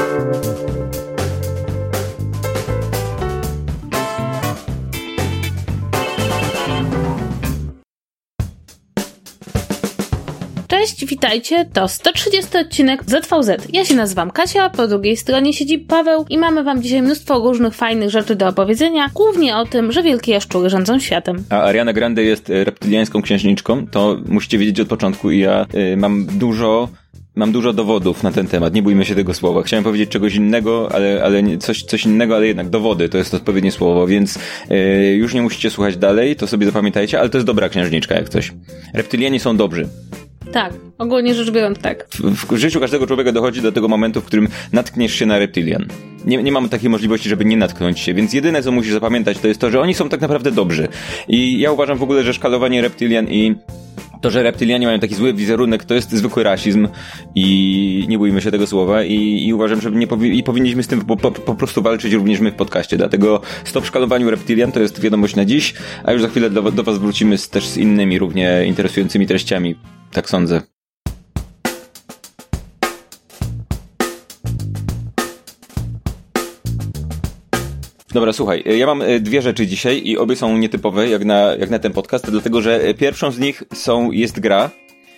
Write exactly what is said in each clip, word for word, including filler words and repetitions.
Cześć, witajcie, to sto trzydziesty odcinek Z V Z. Ja się nazywam Kasia, po drugiej stronie siedzi Paweł i mamy wam dzisiaj mnóstwo różnych fajnych rzeczy do opowiedzenia, głównie o tym, że wielkie jaszczury rządzą światem. A Ariana Grande jest reptyliańską księżniczką, to musicie wiedzieć od początku i ja y, mam dużo... Mam dużo dowodów na ten temat, nie bójmy się tego słowa. Chciałem powiedzieć czegoś innego, ale, ale nie, coś, coś innego, ale jednak dowody to jest odpowiednie słowo, więc yy, już nie musicie słuchać dalej, to sobie zapamiętajcie, ale to jest dobra księżniczka jak coś. Reptylianie są dobrzy. Tak, ogólnie rzecz biorąc tak. W, w życiu każdego człowieka dochodzi do tego momentu, w którym natkniesz się na reptylian. Nie, nie mamy takiej możliwości, żeby nie natknąć się, więc jedyne co musisz zapamiętać to jest to, że oni są tak naprawdę dobrzy. I ja uważam w ogóle, że szkalowanie reptylian i to, że reptylianie mają taki zły wizerunek, to jest zwykły rasizm i nie bójmy się tego słowa i, i uważam, że nie powi- i powinniśmy z tym po, po, po prostu walczyć również my w podcaście, dlatego stop szkalowaniu reptylian to jest wiadomość na dziś, a już za chwilę do, do was wrócimy z, też z innymi równie interesującymi treściami, tak sądzę. Dobra, słuchaj, ja mam dwie rzeczy dzisiaj i obie są nietypowe jak na, jak na ten podcast, dlatego że pierwszą z nich są, jest gra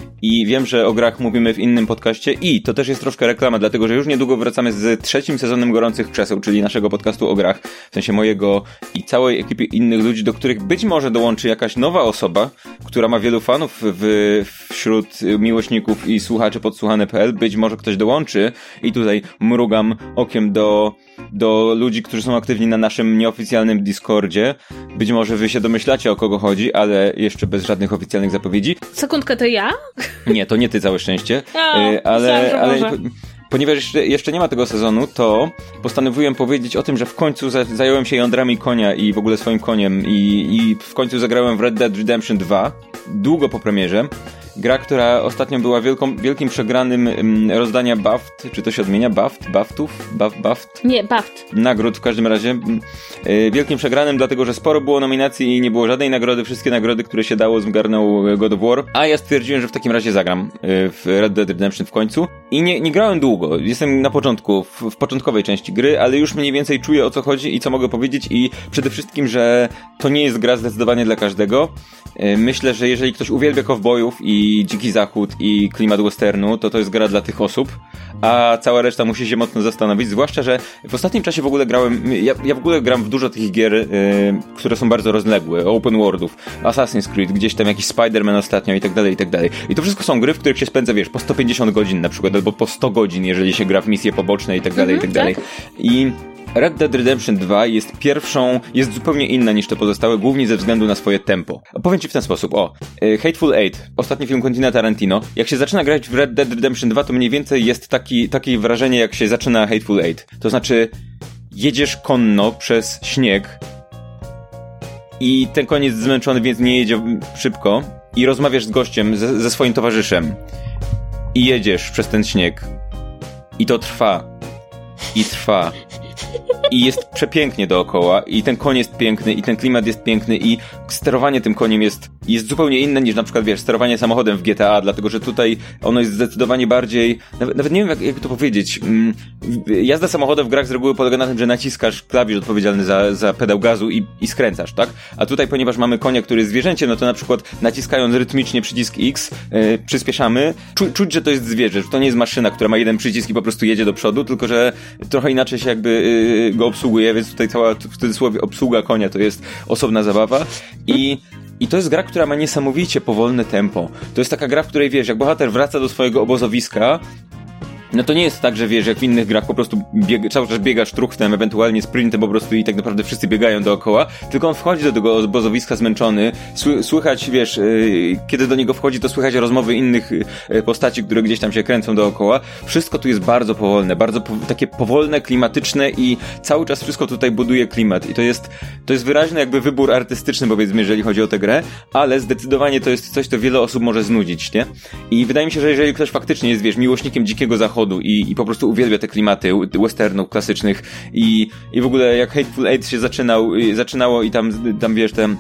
i wiem, że o grach mówimy w innym podcaście i to też jest troszkę reklama, dlatego że już niedługo wracamy z trzecim sezonem Gorących Krzeseł, czyli naszego podcastu o grach, w sensie mojego i całej ekipy innych ludzi, do których być może dołączy jakaś nowa osoba, która ma wielu fanów w, wśród miłośników i słuchaczy podsłuchane kropka p l, być może ktoś dołączy i tutaj mrugam okiem do, do ludzi, którzy są aktywni na naszym nieoficjalnym Discordzie. Być może wy się domyślacie, o kogo chodzi, ale jeszcze bez żadnych oficjalnych zapowiedzi. Sekundkę, to ja? Nie, to nie ty, całe szczęście. O, ale, myślałam, ale może. ponieważ jeszcze, jeszcze nie ma tego sezonu, to postanowiłem powiedzieć o tym, że w końcu za, zająłem się jądrami konia i w ogóle swoim koniem i, i w końcu zagrałem w Red Dead Redemption dwa, długo po premierze. Gra, która ostatnio była wielką, wielkim przegranym um, rozdania BAFT, czy to się odmienia? BAFT? BAFTów? Baf, BAFT? Nie, BAFT. Nagród w każdym razie. Yy, wielkim przegranym, dlatego że sporo było nominacji i nie było żadnej nagrody. Wszystkie nagrody, które się dało, zgarnął God of War. A ja stwierdziłem, że w takim razie zagram yy, w Red Dead Redemption w końcu. I nie, nie grałem długo. Jestem na początku, w, w początkowej części gry, ale już mniej więcej czuję, o co chodzi i co mogę powiedzieć i przede wszystkim, że to nie jest gra zdecydowanie dla każdego. Yy, myślę, że jeżeli ktoś uwielbia kowbojów i i Dziki Zachód i klimat westernu, to to jest gra dla tych osób, a cała reszta musi się mocno zastanowić, zwłaszcza, że w ostatnim czasie w ogóle grałem, ja, ja w ogóle gram w dużo tych gier, yy, które są bardzo rozległe, open worldów, Assassin's Creed, gdzieś tam jakiś Spider-Man ostatnio i tak dalej, i tak dalej. I to wszystko są gry, w których się spędza, wiesz, po sto pięćdziesiąt godzin na przykład, albo po sto godzin, jeżeli się gra w misje poboczne i tak dalej, i tak dalej. I Red Dead Redemption dwa jest pierwszą, jest zupełnie inna niż te pozostałe, głównie ze względu na swoje tempo. Powiem ci w ten sposób, o, Hateful Eight, ostatni film Quentina Tarantino, jak się zaczyna grać w Red Dead Redemption dwa, to mniej więcej jest taki, takie wrażenie, jak się zaczyna Hateful Eight. To znaczy, jedziesz konno przez śnieg i ten koń jest zmęczony, więc nie jedzie szybko i rozmawiasz z gościem, ze, ze swoim towarzyszem i jedziesz przez ten śnieg i to trwa i trwa. I jest przepięknie dookoła i ten koń jest piękny i ten klimat jest piękny i sterowanie tym koniem jest, jest zupełnie inne niż na przykład, wiesz, sterowanie samochodem w G T A, dlatego że tutaj ono jest zdecydowanie bardziej, nawet, nawet nie wiem jak, jak to powiedzieć, mm, jazda samochodem w grach z reguły polega na tym, że naciskasz klawisz odpowiedzialny za, za pedał gazu i, i skręcasz, tak? A tutaj, ponieważ mamy konia, który jest zwierzęciem, no to na przykład naciskając rytmicznie przycisk X, yy, przyspieszamy, czu, czuć, że to jest zwierzę, że to nie jest maszyna, która ma jeden przycisk i po prostu jedzie do przodu, tylko że trochę inaczej się jakby yy, go obsługuje, więc tutaj cała w cudzysłowie obsługa konia to jest osobna zabawa i I to jest gra, która ma niesamowicie powolne tempo. To jest taka gra, w której, wiesz, jak bohater wraca do swojego obozowiska, no to nie jest tak, że wiesz, jak w innych grach po prostu bieg- cały czas biegasz truchtem, ewentualnie sprintem po prostu i tak naprawdę wszyscy biegają dookoła, tylko on wchodzi do tego obozowiska zmęczony, Sły- słychać, wiesz, yy, kiedy do niego wchodzi, to słychać rozmowy innych yy, postaci, które gdzieś tam się kręcą dookoła. Wszystko tu jest bardzo powolne, bardzo po- takie powolne, klimatyczne i cały czas wszystko tutaj buduje klimat i to jest, to jest wyraźny jakby wybór artystyczny, powiedzmy, jeżeli chodzi o tę grę, ale zdecydowanie to jest coś, co wiele osób może znudzić, nie? I wydaje mi się, że jeżeli ktoś faktycznie jest, wiesz, miłośnikiem Dzikiego Zachodu I, i po prostu uwielbia te klimaty westernów klasycznych i, i w ogóle jak Hateful Eight się zaczynał, zaczynało i tam, tam wiesz, te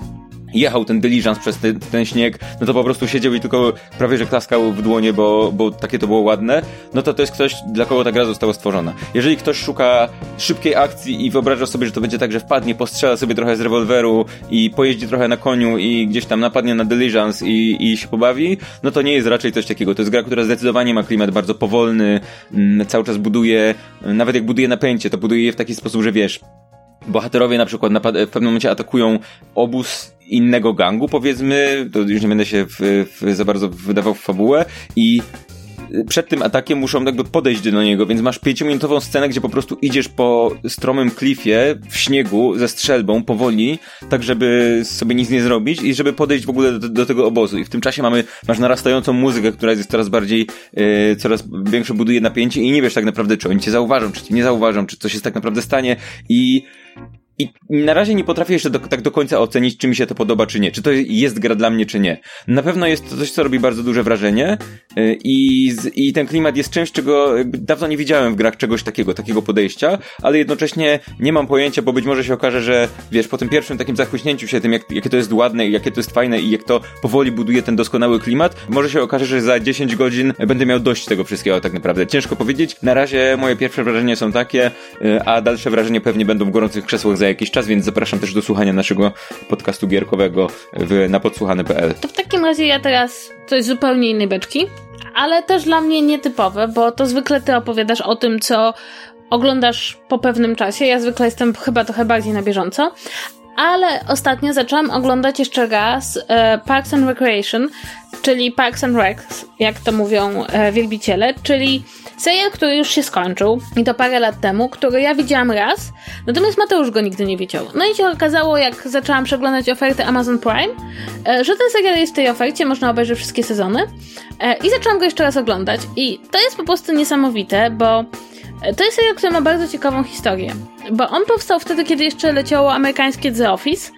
jechał ten dyliżans przez ten, ten śnieg, no to po prostu siedział i tylko prawie że klaskał w dłonie, bo, bo takie to było ładne, no to to jest ktoś, dla kogo ta gra została stworzona. Jeżeli ktoś szuka szybkiej akcji i wyobraża sobie, że to będzie tak, że wpadnie, postrzela sobie trochę z rewolweru i pojeździ trochę na koniu i gdzieś tam napadnie na dyliżans i, i się pobawi, no to nie jest raczej coś takiego. To jest gra, która zdecydowanie ma klimat bardzo powolny, m, cały czas buduje, nawet jak buduje napięcie, to buduje je w taki sposób, że wiesz, bohaterowie na przykład napad- w pewnym momencie atakują obóz innego gangu, powiedzmy, to już nie będę się w, w, za bardzo wydawał w fabułę i przed tym atakiem muszą jakby podejść do niego, więc masz pięciominutową scenę, gdzie po prostu idziesz po stromym klifie w śniegu ze strzelbą powoli, tak żeby sobie nic nie zrobić i żeby podejść w ogóle do, do tego obozu. I w tym czasie mamy, masz narastającą muzykę, która jest coraz bardziej, yy, coraz większe buduje napięcie i nie wiesz tak naprawdę, czy oni cię zauważą, czy cię nie zauważą, czy coś się tak naprawdę stanie i I na razie nie potrafię jeszcze do, tak do końca ocenić, czy mi się to podoba, czy nie. Czy to jest gra dla mnie, czy nie. Na pewno jest to coś, co robi bardzo duże wrażenie yy, i, z, i ten klimat jest czymś, czego jakby dawno nie widziałem w grach czegoś takiego, takiego podejścia, ale jednocześnie nie mam pojęcia, bo być może się okaże, że wiesz, po tym pierwszym takim zachłyśnięciu się tym, jak, jakie to jest ładne i jakie to jest fajne i jak to powoli buduje ten doskonały klimat, może się okaże, że za dziesięć godzin będę miał dość tego wszystkiego tak naprawdę. Ciężko powiedzieć. Na razie moje pierwsze wrażenia są takie, yy, a dalsze wrażenia pewnie będą w gorących krzesłach za jakiś czas, więc zapraszam też do słuchania naszego podcastu gierkowego w, na podsłuchany kropka p l. To w takim razie ja teraz coś zupełnie innej beczki, ale też dla mnie nietypowe, bo to zwykle ty opowiadasz o tym, co oglądasz po pewnym czasie. Ja zwykle jestem chyba trochę bardziej na bieżąco, ale ostatnio zaczęłam oglądać jeszcze raz e, Parks and Recreation, czyli Parks and Recs, jak to mówią e, wielbiciele, czyli serial, który już się skończył i to parę lat temu, który ja widziałam raz, natomiast Mateusz go nigdy nie widział. No i się okazało, jak zaczęłam przeglądać ofertę Amazon Prime, e, że ten serial jest w tej ofercie, można obejrzeć wszystkie sezony e, i zaczęłam go jeszcze raz oglądać i to jest po prostu niesamowite, bo to jest serial, który ma bardzo ciekawą historię, bo on powstał wtedy, kiedy jeszcze leciało amerykańskie The Office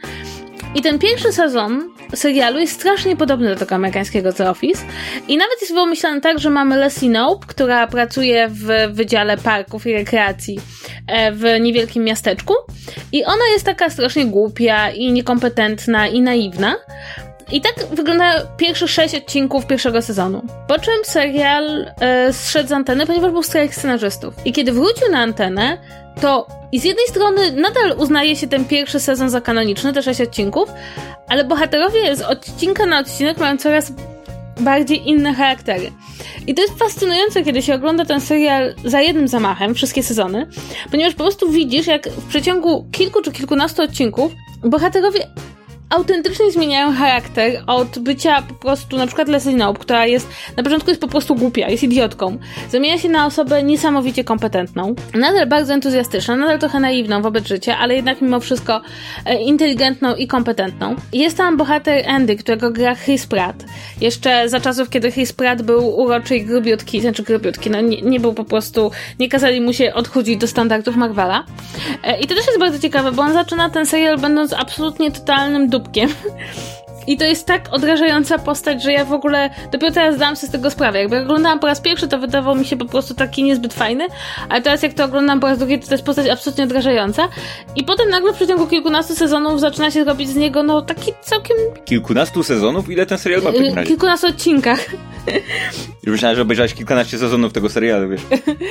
i ten pierwszy sezon serialu jest strasznie podobny do tego amerykańskiego The Office i nawet jest wymyślany tak, że mamy Leslie Knope, która pracuje w Wydziale Parków i Rekreacji w niewielkim miasteczku i ona jest taka strasznie głupia i niekompetentna i naiwna. I tak wygląda pierwsze sześć odcinków pierwszego sezonu. Po czym serial e, zszedł z anteny, ponieważ był strajk scenarzystów. I kiedy wrócił na antenę, to i z jednej strony nadal uznaje się ten pierwszy sezon za kanoniczny, te sześć odcinków, ale bohaterowie z odcinka na odcinek mają coraz bardziej inne charaktery. I to jest fascynujące, kiedy się ogląda ten serial za jednym zamachem, wszystkie sezony, ponieważ po prostu widzisz, jak w przeciągu kilku czy kilkunastu odcinków bohaterowie autentycznie zmieniają charakter od bycia po prostu, na przykład Leslie Knope, która jest, na początku jest po prostu głupia, jest idiotką. Zamienia się na osobę niesamowicie kompetentną, nadal bardzo entuzjastyczną, nadal trochę naiwną wobec życia, ale jednak mimo wszystko e, inteligentną i kompetentną. Jest tam bohater Andy, którego gra Chris Pratt. Jeszcze za czasów, kiedy Chris Pratt był uroczy i grubiutki, znaczy grubiutki, no nie, nie był po prostu, nie kazali mu się odchudzić do standardów Marvela. E, I to też jest bardzo ciekawe, bo on zaczyna ten serial będąc absolutnie totalnym dupkiem. I to jest tak odrażająca postać, że ja w ogóle dopiero teraz zdałam sobie z tego sprawę. Jakby oglądałam po raz pierwszy, to wydawał mi się po prostu taki niezbyt fajny, ale teraz jak to oglądam po raz drugi, to to jest postać absolutnie odrażająca. I potem nagle w przeciągu kilkunastu sezonów zaczyna się robić z niego, no taki całkiem... Kilkunastu sezonów? Ile ten serial ma w takim razie? Kilkunastu odcinkach. Już myślałem, że obejrzałeś kilkanaście sezonów tego serialu, wiesz.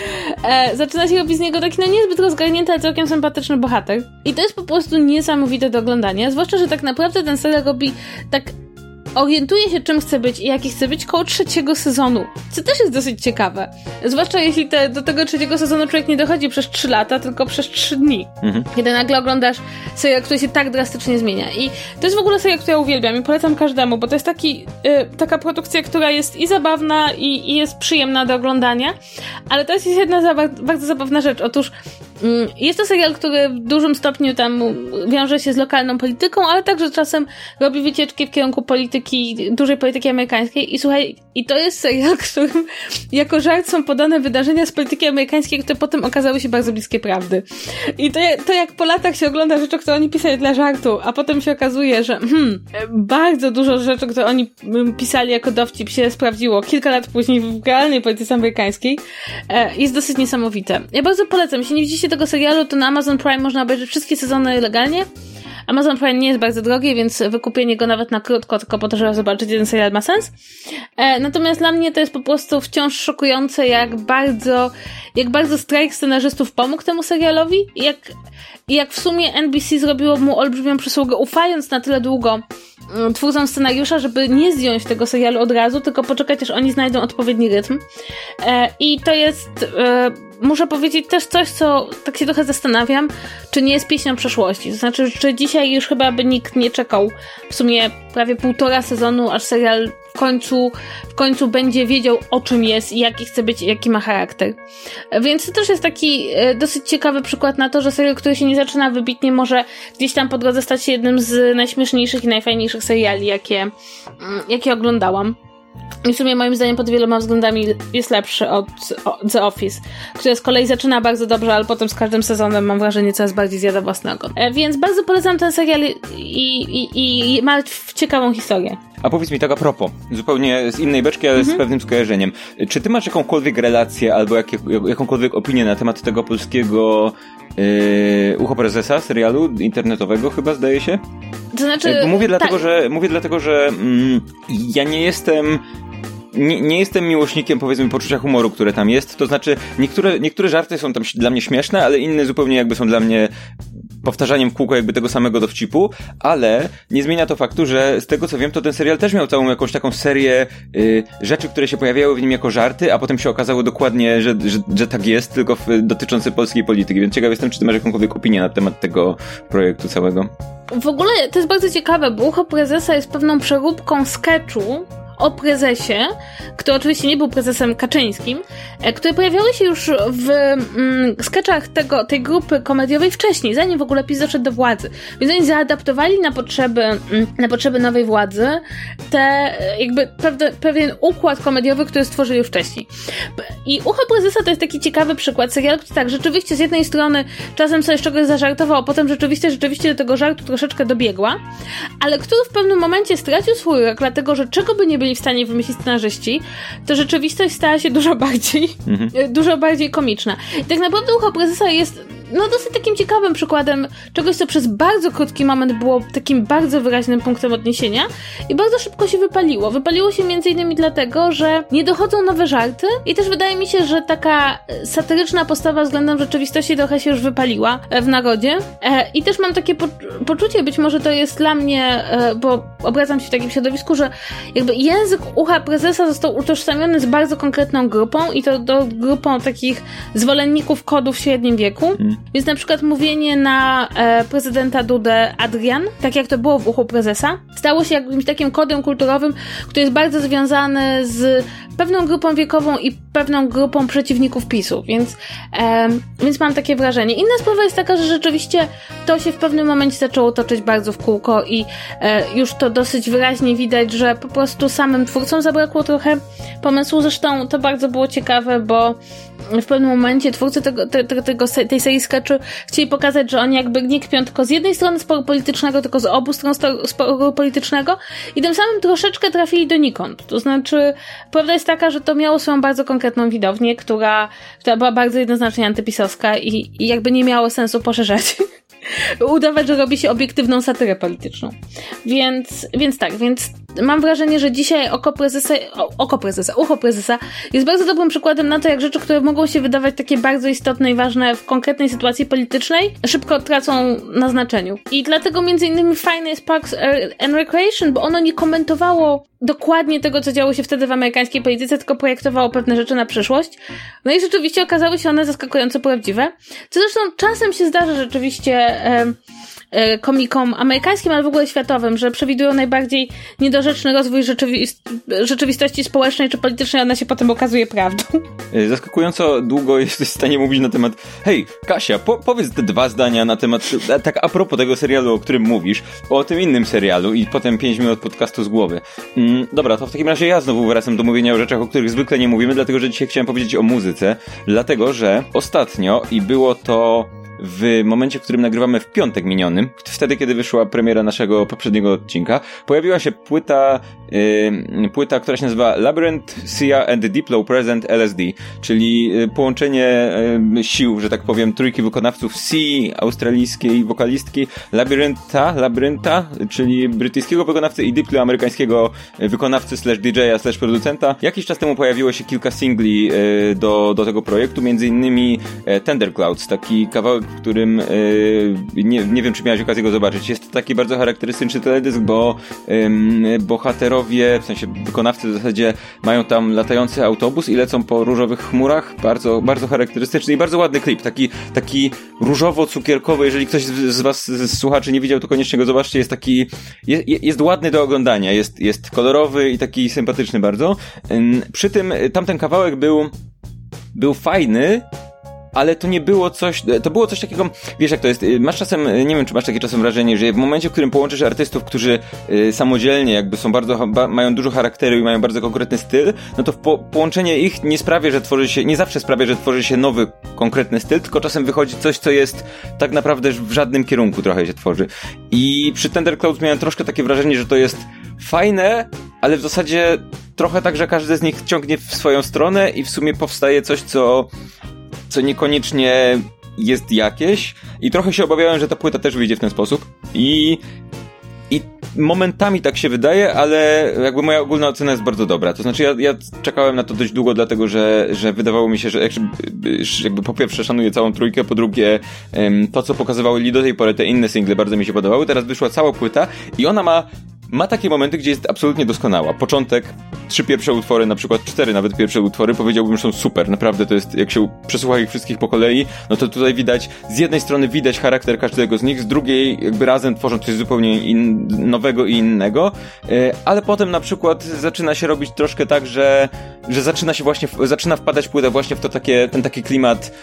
e, zaczyna się robić z niego taki no niezbyt rozgarnięty, ale całkiem sympatyczny bohater. I to jest po prostu niesamowite do oglądania, zwłaszcza, że tak naprawdę ten serial robi tak... orientuje się, czym chce być i jaki chce być koło trzeciego sezonu, co też jest dosyć ciekawe. Zwłaszcza jeśli te, do tego trzeciego sezonu człowiek nie dochodzi przez trzy lata, tylko przez trzy dni. Mhm. Kiedy nagle oglądasz serial, który się tak drastycznie zmienia. I to jest w ogóle serial, który ja uwielbiam i polecam każdemu, bo to jest taki, y, taka produkcja, która jest i zabawna, i, i jest przyjemna do oglądania, ale to jest jedna zaba- bardzo zabawna rzecz. Otóż y, jest to serial, który w dużym stopniu tam wiąże się z lokalną polityką, ale także czasem robi wycieczki w kierunku polityki dużej polityki amerykańskiej i słuchaj, i to jest serial, w którym jako żart są podane wydarzenia z polityki amerykańskiej, które potem okazały się bardzo bliskie prawdy. I to, to jak po latach się ogląda rzeczy, które oni pisali dla żartu, a potem się okazuje, że hmm, bardzo dużo rzeczy, które oni pisali jako dowcip się sprawdziło kilka lat później w realnej polityce amerykańskiej, jest dosyć niesamowite. Ja bardzo polecam. Jeśli nie widzicie tego serialu, to na Amazon Prime można obejrzeć wszystkie sezony legalnie, Amazon Prime nie jest bardzo drogi, więc wykupienie go nawet na krótko, tylko po to, żeby zobaczyć jeden serial ma sens. E, natomiast dla mnie to jest po prostu wciąż szokujące, jak bardzo, jak bardzo strajk scenarzystów pomógł temu serialowi i jak, i jak w sumie N B C zrobiło mu olbrzymią przysługę, ufając na tyle długo twórcom scenariusza, żeby nie zdjąć tego serialu od razu, tylko poczekać, aż oni znajdą odpowiedni rytm. E, I to jest, e, muszę powiedzieć, też coś, co tak się trochę zastanawiam, czy nie jest pieśnią przeszłości. To znaczy, czy dzisiaj już chyba by nikt nie czekał w sumie prawie półtora sezonu, aż serial w końcu, w końcu będzie wiedział, o czym jest i jaki chce być i jaki ma charakter. Więc to też jest taki e, dosyć ciekawy przykład na to, że serial, który się nie zaczyna wybitnie, może gdzieś tam po drodze stać się jednym z najśmieszniejszych i najfajniejszych seriali, jakie, jakie oglądałam. I w sumie moim zdaniem pod wieloma względami jest lepszy od The Office, który z kolei zaczyna bardzo dobrze, ale potem z każdym sezonem mam wrażenie coraz bardziej zjada własnego. E, więc bardzo polecam ten serial i, i, i ma ciekawą historię. A powiedz mi tak a propos, zupełnie z innej beczki, ale mhm. z pewnym skojarzeniem. Czy ty masz jakąkolwiek relację albo jak, jakąkolwiek opinię na temat tego polskiego yy, Ucho Prezesa, serialu internetowego chyba, zdaje się? To znaczy... Bo mówię dlatego, tak. że, mówię dlatego, że mm, ja nie jestem... Nie, nie jestem miłośnikiem, powiedzmy, poczucia humoru, które tam jest. To znaczy, niektóre, niektóre żarty są tam dla mnie śmieszne, ale inne zupełnie jakby są dla mnie powtarzaniem w kółko jakby tego samego dowcipu, ale nie zmienia to faktu, że z tego co wiem, to ten serial też miał całą jakąś taką serię y, rzeczy, które się pojawiały w nim jako żarty, a potem się okazało dokładnie, że, że, że tak jest, tylko w, dotyczące polskiej polityki. Więc ciekaw jestem, czy ty masz jakąkolwiek opinię na temat tego projektu całego. W ogóle to jest bardzo ciekawe, bo Ucho Prezesa jest pewną przeróbką sketchu o prezesie, który oczywiście nie był prezesem Kaczyńskim, które pojawiały się już w mm, sketchach tego, tej grupy komediowej wcześniej, zanim w ogóle PiS doszedł do władzy. Więc oni zaadaptowali na potrzeby, mm, na potrzeby nowej władzy te, jakby pewne, pewien układ komediowy, który stworzyli wcześniej. I Ucho Prezesa to jest taki ciekawy przykład serialu, który tak, rzeczywiście z jednej strony czasem sobie z czegoś zażartował, a potem rzeczywiście, rzeczywiście do tego żartu troszeczkę dobiegła, ale który w pewnym momencie stracił swój rok, dlatego, że czego by nie byli w stanie wymyślić scenarzyści, to rzeczywistość stała się dużo bardziej, mhm. dużo bardziej komiczna. I tak naprawdę Ucho Prezesa jest no dosyć takim ciekawym przykładem czegoś, co przez bardzo krótki moment było takim bardzo wyraźnym punktem odniesienia i bardzo szybko się wypaliło. Wypaliło się między innymi dlatego, że nie dochodzą nowe żarty i też wydaje mi się, że taka satyryczna postawa względem rzeczywistości trochę się już wypaliła w narodzie. I też mam takie po- poczucie, być może to jest dla mnie, bo obracam się w takim środowisku, że jakby język Ucha Prezesa został utożsamiony z bardzo konkretną grupą i to do grupą takich zwolenników kodów w średnim wieku. Hmm. Więc na przykład mówienie na e, prezydenta Dudę Adrian, tak jak to było w Uchu Prezesa, stało się jakimś takim kodem kulturowym, który jest bardzo związany z pewną grupą wiekową i pewną grupą przeciwników PiSu, więc, e, więc mam takie wrażenie. Inna sprawa jest taka, że rzeczywiście to się w pewnym momencie zaczęło toczyć bardzo w kółko i e, już to dosyć wyraźnie widać, że po prostu samym twórcom zabrakło trochę pomysłu. Zresztą to bardzo było ciekawe, bo w pewnym momencie twórcy tego, te, tego, tej serii sketchu chcieli pokazać, że oni jakby nie kpią tylko z jednej strony sporu politycznego, tylko z obu stron sporu politycznego i tym samym troszeczkę trafili donikąd. To znaczy, prawda jest taka, że to miało swoją bardzo konkretną widownię, która, która była bardzo jednoznacznie antypisowska i, i jakby nie miało sensu poszerzać. Udawać, że robi się obiektywną satyrę polityczną. Więc, więc tak, więc mam wrażenie, że dzisiaj oko prezesa, o, oko prezesa, ucho prezesa jest bardzo dobrym przykładem na to, jak rzeczy, które mogą się wydawać takie bardzo istotne i ważne w konkretnej sytuacji politycznej, szybko tracą na znaczeniu. I dlatego między innymi fajny jest Parks and Recreation, bo ono nie komentowało dokładnie tego, co działo się wtedy w amerykańskiej polityce, tylko projektowało pewne rzeczy na przyszłość. No i rzeczywiście okazały się one zaskakująco prawdziwe. Co zresztą czasem się zdarza rzeczywiście e, e, komikom amerykańskim, ale w ogóle światowym, że przewidują najbardziej niedorzeczny rozwój rzeczywist- rzeczywistości społecznej czy politycznej, ona się potem okazuje prawdą. Zaskakująco długo jesteś w stanie mówić na temat hej, Kasia, po- powiedz te dwa zdania na temat, tak a propos tego serialu, o którym mówisz, o tym innym serialu i potem pięć minut podcastu z głowy. Mm, dobra, to w takim razie ja znowu wracam do mówienia o rzeczach, o których zwykle nie mówimy, dlatego że dzisiaj chciałem powiedzieć o muzyce, dlatego że ostatnio i było to w momencie, w którym nagrywamy w piątek miniony, wtedy, kiedy wyszła premiera naszego poprzedniego odcinka, pojawiła się płyta, yy, płyta, która się nazywa Labyrinth, Sia and Diplo Present L S D, czyli połączenie yy, sił, że tak powiem, trójki wykonawców Sia, australijskiej wokalistki, Labyrintha, Labyrintha, czyli brytyjskiego wykonawcy i Diplo, amerykańskiego wykonawcy slash D J a slash producenta. Jakiś czas temu pojawiło się kilka singli yy, do, do tego projektu, między innymi yy, Tender Clouds, taki kawałek, w którym yy, nie, nie wiem, czy miałeś okazję go zobaczyć. Jest to taki bardzo charakterystyczny teledysk, bo yy, bohaterowie, w sensie wykonawcy w zasadzie mają tam latający autobus i lecą po różowych chmurach. Bardzo, bardzo charakterystyczny i bardzo ładny klip. Taki, taki różowo-cukierkowy. Jeżeli ktoś z, z was, z słuchaczy nie widział, to koniecznie go zobaczcie. Jest taki, jest, jest ładny do oglądania. Jest, jest kolorowy i taki sympatyczny bardzo. Yy, przy tym tamten kawałek był był fajny, ale to nie było coś, to było coś takiego, wiesz jak to jest, masz czasem, nie wiem czy masz takie czasem wrażenie, że w momencie, w którym połączysz artystów, którzy y, samodzielnie jakby są bardzo, ba, mają dużo charakteru i mają bardzo konkretny styl, no to po, połączenie ich nie sprawia, że tworzy się, nie zawsze sprawia, że tworzy się nowy, konkretny styl, tylko czasem wychodzi coś, co jest tak naprawdę w żadnym kierunku trochę się tworzy. I przy Tender Clouds miałem troszkę takie wrażenie, że to jest fajne, ale w zasadzie trochę tak, że każdy z nich ciągnie w swoją stronę i w sumie powstaje coś, co co niekoniecznie jest jakieś i trochę się obawiałem, że ta płyta też wyjdzie w ten sposób i i momentami tak się wydaje, ale jakby moja ogólna ocena jest bardzo dobra. To znaczy ja, ja czekałem na to dość długo, dlatego że, że wydawało mi się, że jakby, jakby po pierwsze szanuję całą trójkę, po drugie to, co pokazywały do tej pory te inne single bardzo mi się podobały. Teraz wyszła cała płyta i ona ma Ma takie momenty, gdzie jest absolutnie doskonała. Początek, trzy pierwsze utwory, na przykład cztery nawet pierwsze utwory, powiedziałbym, że są super. Naprawdę to jest, jak się przesłucha ich wszystkich po kolei, no to tutaj widać, z jednej strony widać charakter każdego z nich, z drugiej jakby razem tworzą coś zupełnie in, nowego i innego, yy, ale potem na przykład zaczyna się robić troszkę tak, że, że zaczyna się właśnie, zaczyna wpadać płyta właśnie w to takie, ten taki klimat,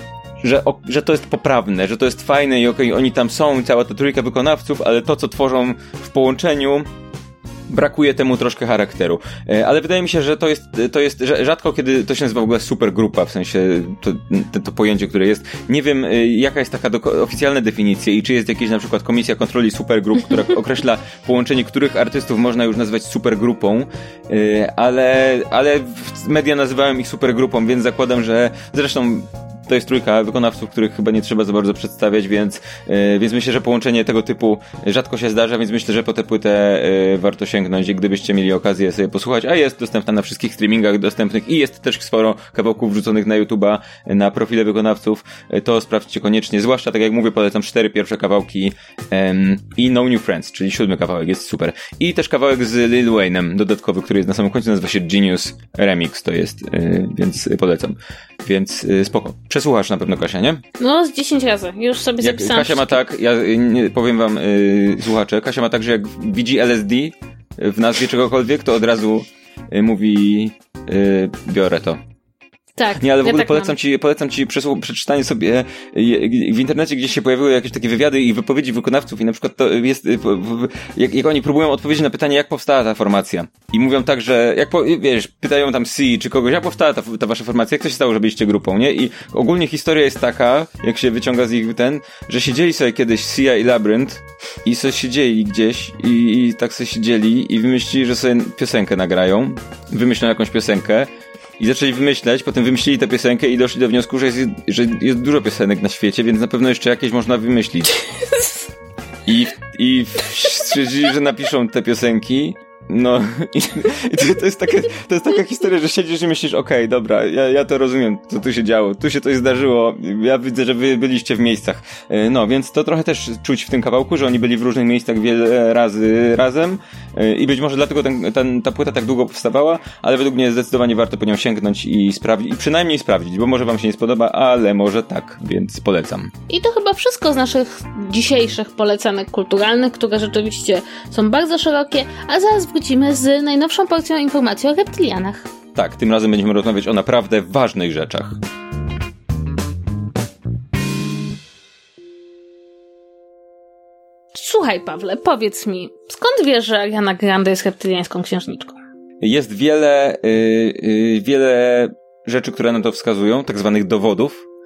Że, o, że to jest poprawne, że to jest fajne i okej, okay, oni tam są, cała ta trójka wykonawców, ale to, co tworzą w połączeniu, brakuje temu troszkę charakteru. E, ale wydaje mi się, że to jest, to jest rzadko kiedy to się nazywa w ogóle supergrupa, w sensie to, to, to pojęcie, które jest. Nie wiem, e, jaka jest taka do, oficjalna definicja i czy jest jakaś na przykład komisja kontroli supergrup, która określa połączenie których artystów można już nazwać supergrupą, e, ale, ale media nazywają ich supergrupą, więc zakładam, że zresztą to jest trójka wykonawców, których chyba nie trzeba za bardzo przedstawiać, więc, yy, więc myślę, że połączenie tego typu rzadko się zdarza, więc myślę, że po tę płytę yy, warto sięgnąć i gdybyście mieli okazję sobie posłuchać, a jest dostępna na wszystkich streamingach dostępnych i jest też sporo kawałków wrzuconych na YouTube'a, na profile wykonawców, yy, to sprawdźcie koniecznie, zwłaszcza tak jak mówię, polecam cztery pierwsze kawałki yy, i No New Friends, czyli siódmy kawałek, jest super. I też kawałek z Lil Wayne'em, dodatkowy, który jest na samym końcu, nazywa się Genius Remix, to jest, yy, więc polecam. Więc yy, spoko. Przesłuchasz na pewno, Kasia, nie? No, z dziesięć razy. Już sobie jak zapisałam. Kasia ma tak, ja nie, powiem wam, yy, słuchacze, Kasia ma tak, że jak widzi L S D w nazwie czegokolwiek, to od razu yy, mówi yy, biorę to. Tak. Nie, ale w ja ogóle tak polecam mam. ci, polecam ci przesłu- przeczytanie sobie w internecie, gdzieś się pojawiły jakieś takie wywiady i wypowiedzi wykonawców i na przykład to jest, jak, jak oni próbują odpowiedzieć na pytanie, jak powstała ta formacja. I mówią tak, że, jak po, wiesz, pytają tam C czy kogoś, jak powstała ta, ta wasza formacja, jak to się stało, że byliście grupą, nie? I ogólnie historia jest taka, jak się wyciąga z ich ten, że siedzieli sobie kiedyś Sia i Labyrinth i sobie siedzieli gdzieś i, i tak sobie siedzieli i wymyślili, że sobie piosenkę nagrają, wymyślą jakąś piosenkę. I zaczęli wymyślać, potem wymyślili tę piosenkę i doszli do wniosku, że jest, że jest dużo piosenek na świecie, więc na pewno jeszcze jakieś można wymyślić. I, i stwierdzili, że napiszą te piosenki. No i, i to jest takie, to jest taka historia, że siedzisz i myślisz, okej, okay, dobra, ja, ja to rozumiem, co tu się działo, tu się coś zdarzyło, ja widzę, że wy byliście w miejscach. No, więc to trochę też czuć w tym kawałku, że oni byli w różnych miejscach wiele razy razem i być może dlatego ten, ten, ta płyta tak długo powstawała, ale według mnie zdecydowanie warto po nią sięgnąć i sprawdzić, i przynajmniej sprawdzić, bo może wam się nie spodoba, ale może tak, więc polecam. I to chyba wszystko z naszych dzisiejszych polecanek kulturalnych, które rzeczywiście są bardzo szerokie, a zaraz wrócimy z najnowszą porcją informacji o reptylianach. Tak, tym razem będziemy rozmawiać o naprawdę ważnych rzeczach. Słuchaj, Pawle, powiedz mi, skąd wiesz, że Ariana Grande jest reptyliańską księżniczką? Jest wiele, yy, yy, wiele rzeczy, które na to wskazują, tak zwanych dowodów,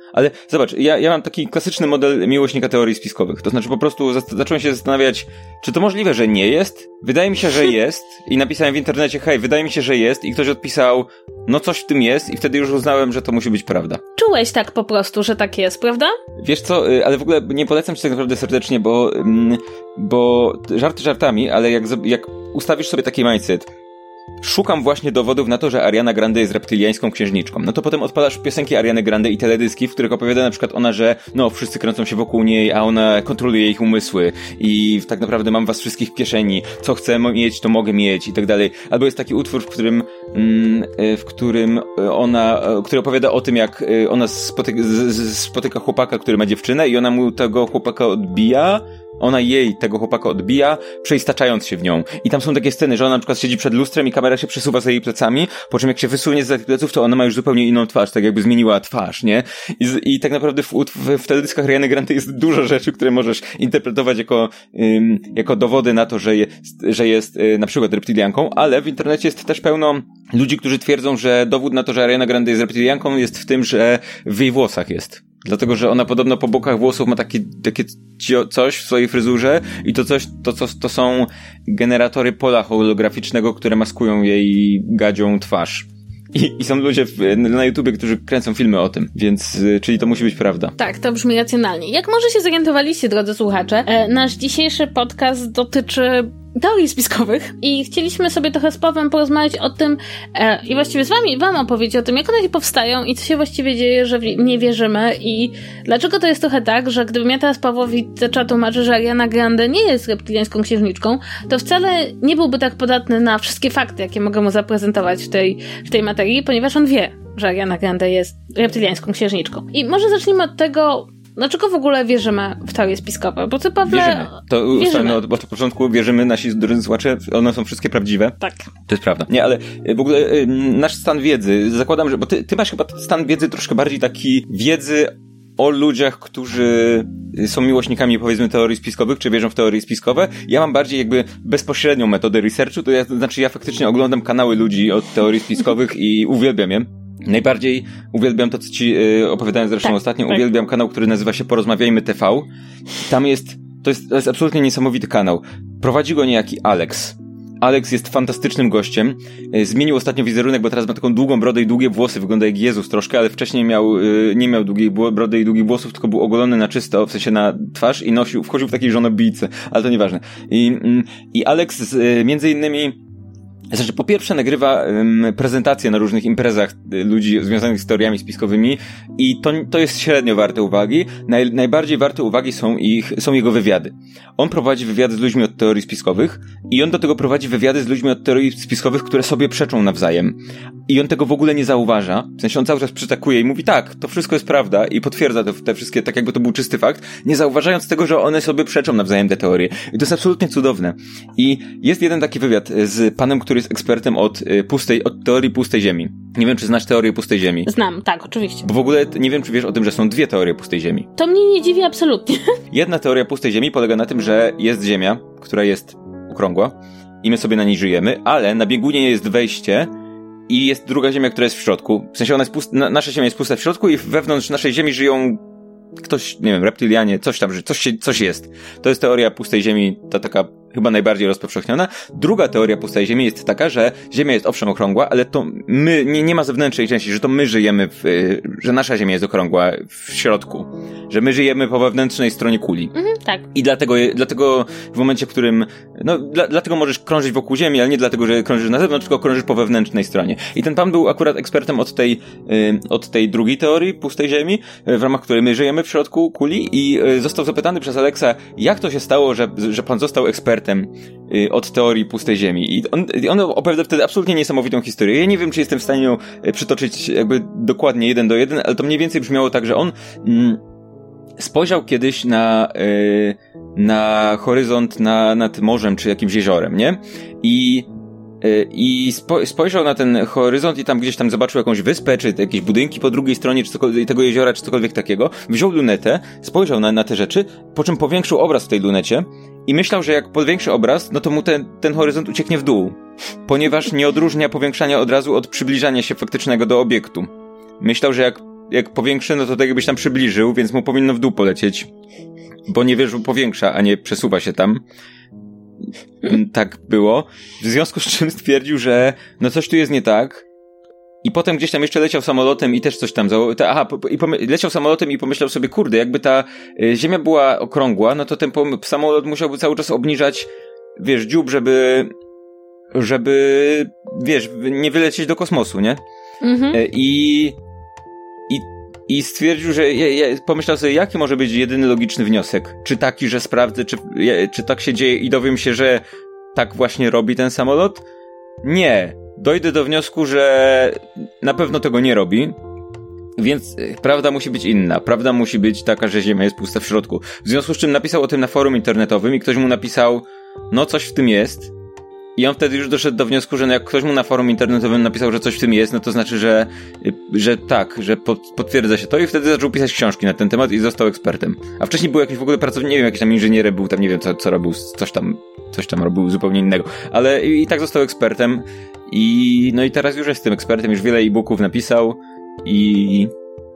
Ale zobacz, ja, ja mam taki klasyczny model miłośnika teorii spiskowych. To znaczy po prostu za- zacząłem się zastanawiać, czy to możliwe, że nie jest? Wydaje mi się, że jest. I napisałem w internecie, hej, wydaje mi się, że jest. I ktoś odpisał, no coś w tym jest. I wtedy już uznałem, że to musi być prawda. Czułeś tak po prostu, że tak jest, prawda? Wiesz co, y, ale w ogóle nie polecam ci tak naprawdę serdecznie, bo, ym, bo żarty żartami, ale jak, z- jak ustawisz sobie taki mindset, szukam właśnie dowodów na to, że Ariana Grande jest reptyliańską księżniczką. No to potem odpalasz piosenki Ariany Grande i teledyski, w których opowiada na przykład ona, że no, wszyscy kręcą się wokół niej, a ona kontroluje ich umysły i tak naprawdę mam was wszystkich w kieszeni, co chcę mieć, to mogę mieć i tak dalej. Albo jest taki utwór, w którym mm, w którym ona, który opowiada o tym, jak ona spotyka, z, z, spotyka chłopaka, który ma dziewczynę i ona mu tego chłopaka odbija. Ona jej tego chłopaka odbija, przeistaczając się w nią. I tam są takie sceny, że ona na przykład siedzi przed lustrem i kamera się przesuwa za jej plecami, po czym jak się wysunie z tych pleców, to ona ma już zupełnie inną twarz, tak jakby zmieniła twarz, nie? I, z, i tak naprawdę w, w, w teledyskach Ariany Grande jest dużo rzeczy, które możesz interpretować jako, ym, jako dowody na to, że jest, że jest y, na przykład reptilianką, ale w internecie jest też pełno ludzi, którzy twierdzą, że dowód na to, że Ariana Grande jest reptilianką, jest w tym, że w jej włosach jest. Dlatego, że ona podobno po bokach włosów ma takie, takie coś w swojej fryzurze i to coś, to, to, to są generatory pola holograficznego, które maskują jej gadzią twarz. I, i są ludzie w, na YouTubie, którzy kręcą filmy o tym, więc, czyli to musi być prawda. Tak, to brzmi racjonalnie. Jak może się zorientowaliście, drodzy słuchacze, e, nasz dzisiejszy podcast dotyczy teorii spiskowych i chcieliśmy sobie trochę z Pawłem porozmawiać o tym e, i właściwie z wami, wam opowiedzieć o tym, jak one się powstają i co się właściwie dzieje, że w nie wierzymy i dlaczego to jest trochę tak, że gdybym ja teraz Pawłowi zaczęła tłumaczyć, że Ariana Grande nie jest reptyliańską księżniczką, to wcale nie byłby tak podatny na wszystkie fakty, jakie mogę mu zaprezentować w tej, w tej materii, ponieważ on wie, że Ariana Grande jest reptyliańską księżniczką. I może zacznijmy od tego, dlaczego w ogóle wierzymy w teorie spiskowe? Bo ty, Pawle... Wierzymy. To ustalmy od, od początku, wierzymy, nasi drodzy słuchacze, one są wszystkie prawdziwe. Tak. To jest prawda. Nie, ale w ogóle nasz stan wiedzy, zakładam, że... Bo ty, ty masz chyba stan wiedzy troszkę bardziej taki wiedzy o ludziach, którzy są miłośnikami, powiedzmy, teorii spiskowych, czy wierzą w teorie spiskowe. Ja mam bardziej jakby bezpośrednią metodę researchu, to, ja, to znaczy ja faktycznie oglądam kanały ludzi od teorii spiskowych i uwielbiam je. Najbardziej uwielbiam to, co ci yy, opowiadałem zresztą tak, ostatnio. Tak. Uwielbiam kanał, który nazywa się Porozmawiajmy T V. Tam jest to, jest, to jest absolutnie niesamowity kanał. Prowadzi go niejaki Alex. Alex jest fantastycznym gościem. Yy, zmienił ostatnio wizerunek, bo teraz ma taką długą brodę i długie włosy. Wygląda jak Jezus troszkę, ale wcześniej miał, yy, nie miał długiej brody i długich włosów, tylko był ogolony na czysto, w sensie na twarz i nosił, wchodził w takiej żonobijce. Ale to nieważne. I, yy, i Alex yy, między innymi Znaczy, po pierwsze nagrywa um, prezentacje na różnych imprezach y, ludzi związanych z teoriami spiskowymi i to, to jest średnio warte uwagi. Naj, najbardziej warte uwagi są ich, są jego wywiady. On prowadzi wywiady z ludźmi od teorii spiskowych i on do tego prowadzi wywiady z ludźmi od teorii spiskowych, które sobie przeczą nawzajem. I on tego w ogóle nie zauważa. W sensie on cały czas przytakuje i mówi tak, to wszystko jest prawda i potwierdza te, te wszystkie, tak jakby to był czysty fakt, nie zauważając tego, że one sobie przeczą nawzajem te teorie. I to jest absolutnie cudowne. I jest jeden taki wywiad z panem, który jest ekspertem od pustej, od teorii pustej ziemi. Nie wiem, czy znasz teorię pustej ziemi. Znam, tak, oczywiście. Bo w ogóle nie wiem, czy wiesz o tym, że są dwie teorie pustej ziemi. To mnie nie dziwi absolutnie. Jedna teoria pustej ziemi polega na tym, że jest ziemia, która jest okrągła i my sobie na niej żyjemy, ale na biegunie jest wejście i jest druga ziemia, która jest w środku. W sensie ona jest pusta, na, nasza ziemia jest pusta w środku i wewnątrz naszej ziemi żyją ktoś, nie wiem, reptylianie, coś tam, coś, się, coś jest. To jest teoria pustej ziemi, ta taka chyba najbardziej rozpowszechniona. Druga teoria pustej ziemi jest taka, że Ziemia jest owszem okrągła, ale to my, nie, nie ma zewnętrznej części, że to my żyjemy, w, że nasza Ziemia jest okrągła w środku. Że my żyjemy po wewnętrznej stronie kuli. Mhm, tak. I dlatego, dlatego w momencie, w którym, no, dla, dlatego możesz krążyć wokół Ziemi, ale nie dlatego, że krążysz na zewnątrz, tylko krążysz po wewnętrznej stronie. I ten pan był akurat ekspertem od tej, y, od tej drugiej teorii pustej Ziemi, w ramach której my żyjemy w środku kuli i y, został zapytany przez Alexa, jak to się stało, że, że pan został ekspertem od teorii pustej ziemi. I on, on opowiada wtedy absolutnie niesamowitą historię. Ja nie wiem, czy jestem w stanie ją przytoczyć jakby dokładnie jeden do jeden, ale to mniej więcej brzmiało tak, że on mm, spojrzał kiedyś na, yy, na horyzont na, nad morzem czy jakimś jeziorem, nie? I I spo, spojrzał na ten horyzont i tam gdzieś tam zobaczył jakąś wyspę, czy jakieś budynki po drugiej stronie czy cokolwiek, tego jeziora, czy cokolwiek takiego. Wziął lunetę, spojrzał na, na te rzeczy, po czym powiększył obraz w tej lunecie i myślał, że jak powiększy obraz, no to mu ten, ten horyzont ucieknie w dół. Ponieważ nie odróżnia powiększania od razu od przybliżania się faktycznego do obiektu. Myślał, że jak jak powiększy, no to tak jakbyś tam przybliżył, więc mu powinno w dół polecieć. Bo nie wieżu powiększa, a nie przesuwa się tam. Tak było. W związku z czym stwierdził, że no coś tu jest nie tak. I potem gdzieś tam jeszcze leciał samolotem i też coś tam... Zało- ta, aha, i pomy- leciał samolotem i pomyślał sobie, kurde, jakby ta y, ziemia była okrągła, no to ten pom- samolot musiałby cały czas obniżać, wiesz, dziób, żeby... żeby, wiesz, nie wylecieć do kosmosu, nie? Mhm. Y, I... I I stwierdził, że je, je, pomyślał sobie, jaki może być jedyny logiczny wniosek. Czy taki, że sprawdzę, czy, je, czy tak się dzieje i dowiem się, że tak właśnie robi ten samolot? Nie. Dojdę do wniosku, że na pewno tego nie robi. Więc prawda musi być inna. Prawda musi być taka, że Ziemia jest pusta w środku. W związku z czym napisał o tym na forum internetowym i ktoś mu napisał, no coś w tym jest. I on wtedy już doszedł do wniosku, że jak ktoś mu na forum internetowym napisał, że coś w tym jest, no to znaczy, że, że tak, że pot, potwierdza się to i wtedy zaczął pisać książki na ten temat i został ekspertem. A wcześniej był jakiś w ogóle pracownik, nie wiem, jakiś tam inżynierem, był tam, nie wiem, co, co robił, coś tam, coś tam robił zupełnie innego. Ale i, i tak został ekspertem i no i teraz już jest tym ekspertem, już wiele e-booków napisał i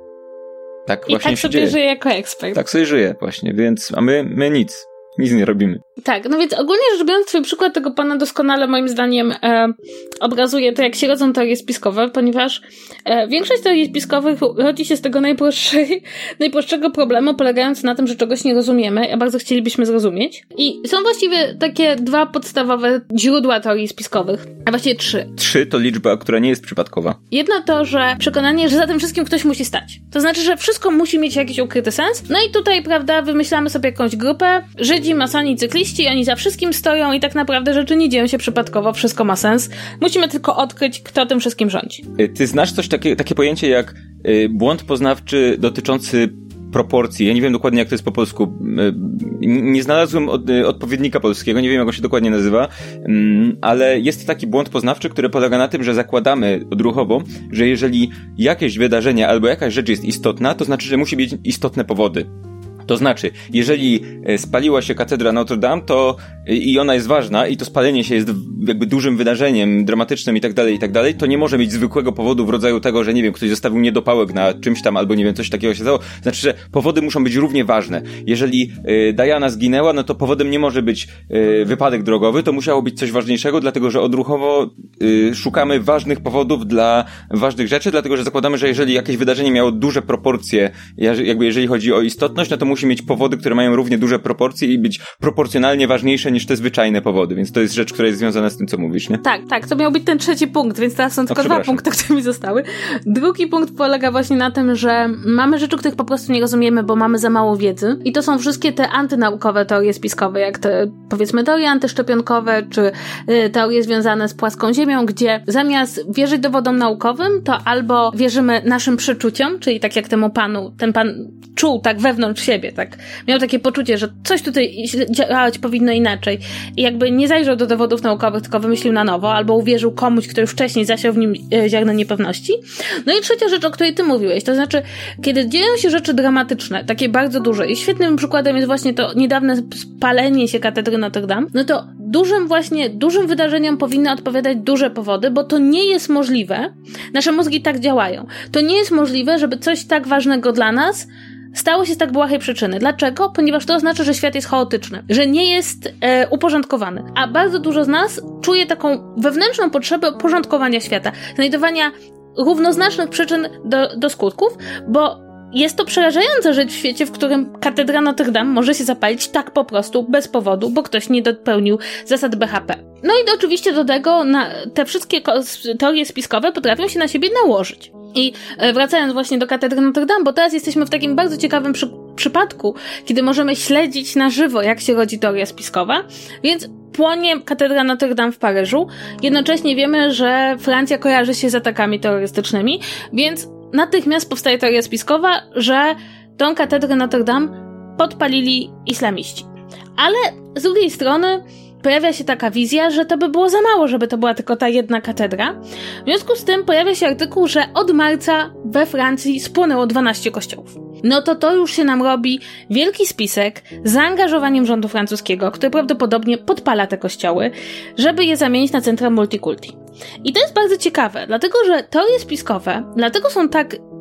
tak I właśnie tak się sobie dzieje. żyje jako ekspert. Tak sobie żyje właśnie, więc, a my, my nic. Nic nie robimy. Tak, no więc ogólnie rzecz biorąc, twój przykład tego pana doskonale moim zdaniem e, obrazuje to, jak się rodzą teorie spiskowe, ponieważ e, większość teorii spiskowych rodzi się z tego najprostszej, najprostszego problemu, polegając na tym, że czegoś nie rozumiemy, a bardzo chcielibyśmy zrozumieć. I są właściwie takie dwa podstawowe źródła teorii spiskowych, a właściwie trzy. Trzy to liczba, która nie jest przypadkowa. Jedno to, że przekonanie, że za tym wszystkim ktoś musi stać. To znaczy, że wszystko musi mieć jakiś ukryty sens. No i tutaj, prawda, wymyślamy sobie jakąś grupę, Żydzi, masoni, cykliści, oni za wszystkim stoją i tak naprawdę rzeczy nie dzieją się przypadkowo, wszystko ma sens. Musimy tylko odkryć, kto tym wszystkim rządzi. Ty znasz coś takie, takie pojęcie jak y, błąd poznawczy dotyczący proporcji. Ja nie wiem dokładnie, jak to jest po polsku. Y, nie znalazłem od, y, odpowiednika polskiego, nie wiem, jak on się dokładnie nazywa, y, ale jest taki błąd poznawczy, który polega na tym, że zakładamy odruchowo, że jeżeli jakieś wydarzenie albo jakaś rzecz jest istotna, to znaczy, że musi mieć istotne powody. To znaczy, jeżeli spaliła się katedra Notre Dame, to i ona jest ważna i to spalenie się jest jakby dużym wydarzeniem dramatycznym i tak dalej, i tak dalej, to nie może mieć zwykłego powodu w rodzaju tego, że nie wiem, ktoś zostawił niedopałek na czymś tam albo nie wiem, coś takiego się stało. Znaczy, że powody muszą być równie ważne. Jeżeli y, Diana zginęła, no to powodem nie może być y, wypadek drogowy, to musiało być coś ważniejszego, dlatego że odruchowo y, szukamy ważnych powodów dla ważnych rzeczy, dlatego że zakładamy, że jeżeli jakieś wydarzenie miało duże proporcje, jakby jeżeli chodzi o istotność, no to musi mieć powody, które mają równie duże proporcje i być proporcjonalnie ważniejsze niż te zwyczajne powody, więc to jest rzecz, która jest związana z tym, co mówisz, nie? Tak, tak, to miał być ten trzeci punkt, więc teraz są tylko o, dwa punkty, które mi zostały. Drugi punkt polega właśnie na tym, że mamy rzeczy, których po prostu nie rozumiemy, bo mamy za mało wiedzy i to są wszystkie te antynaukowe teorie spiskowe, jak te, powiedzmy, teorie antyszczepionkowe, czy y, teorie związane z płaską ziemią, gdzie zamiast wierzyć dowodom naukowym, to albo wierzymy naszym przeczuciom, czyli tak jak temu panu, ten pan czuł tak wewnątrz siebie, tak, miał takie poczucie, że coś tutaj działać powinno inaczej i jakby nie zajrzał do dowodów naukowych, tylko wymyślił na nowo, albo uwierzył komuś, który już wcześniej zasiał w nim ziarno niepewności. No i trzecia rzecz, o której ty mówiłeś, to znaczy, kiedy dzieją się rzeczy dramatyczne, takie bardzo duże i świetnym przykładem jest właśnie to niedawne spalenie się katedry Notre Dame, no to dużym właśnie, dużym wydarzeniom powinny odpowiadać duże powody, bo to nie jest możliwe, nasze mózgi tak działają, to nie jest możliwe, żeby coś tak ważnego dla nas stało się z tak błahej przyczyny. Dlaczego? Ponieważ to oznacza, że świat jest chaotyczny, że nie jest e, uporządkowany. A bardzo dużo z nas czuje taką wewnętrzną potrzebę porządkowania świata, znajdowania równoznacznych przyczyn do, do skutków, bo jest to przerażające żyć w świecie, w którym katedra Notre Dame może się zapalić tak po prostu, bez powodu, bo ktoś nie dopełnił zasad B H P. No i do, oczywiście do tego na, te wszystkie teorie spiskowe potrafią się na siebie nałożyć. I wracając właśnie do katedry Notre Dame, bo teraz jesteśmy w takim bardzo ciekawym przy, przypadku, kiedy możemy śledzić na żywo, jak się rodzi teoria spiskowa, więc płonie katedra Notre Dame w Paryżu. Jednocześnie wiemy, że Francja kojarzy się z atakami terrorystycznymi, więc natychmiast powstaje teoria spiskowa, że tą katedrę Notre Dame podpalili islamiści. Ale z drugiej strony pojawia się taka wizja, że to by było za mało, żeby to była tylko ta jedna katedra. W związku z tym pojawia się artykuł, że od marca we Francji spłonęło dwanaście kościołów. No to to już się nam robi wielki spisek z zaangażowaniem rządu francuskiego, który prawdopodobnie podpala te kościoły, żeby je zamienić na centra multikulti. I to jest bardzo ciekawe, dlatego że teorie spiskowe dlatego są tak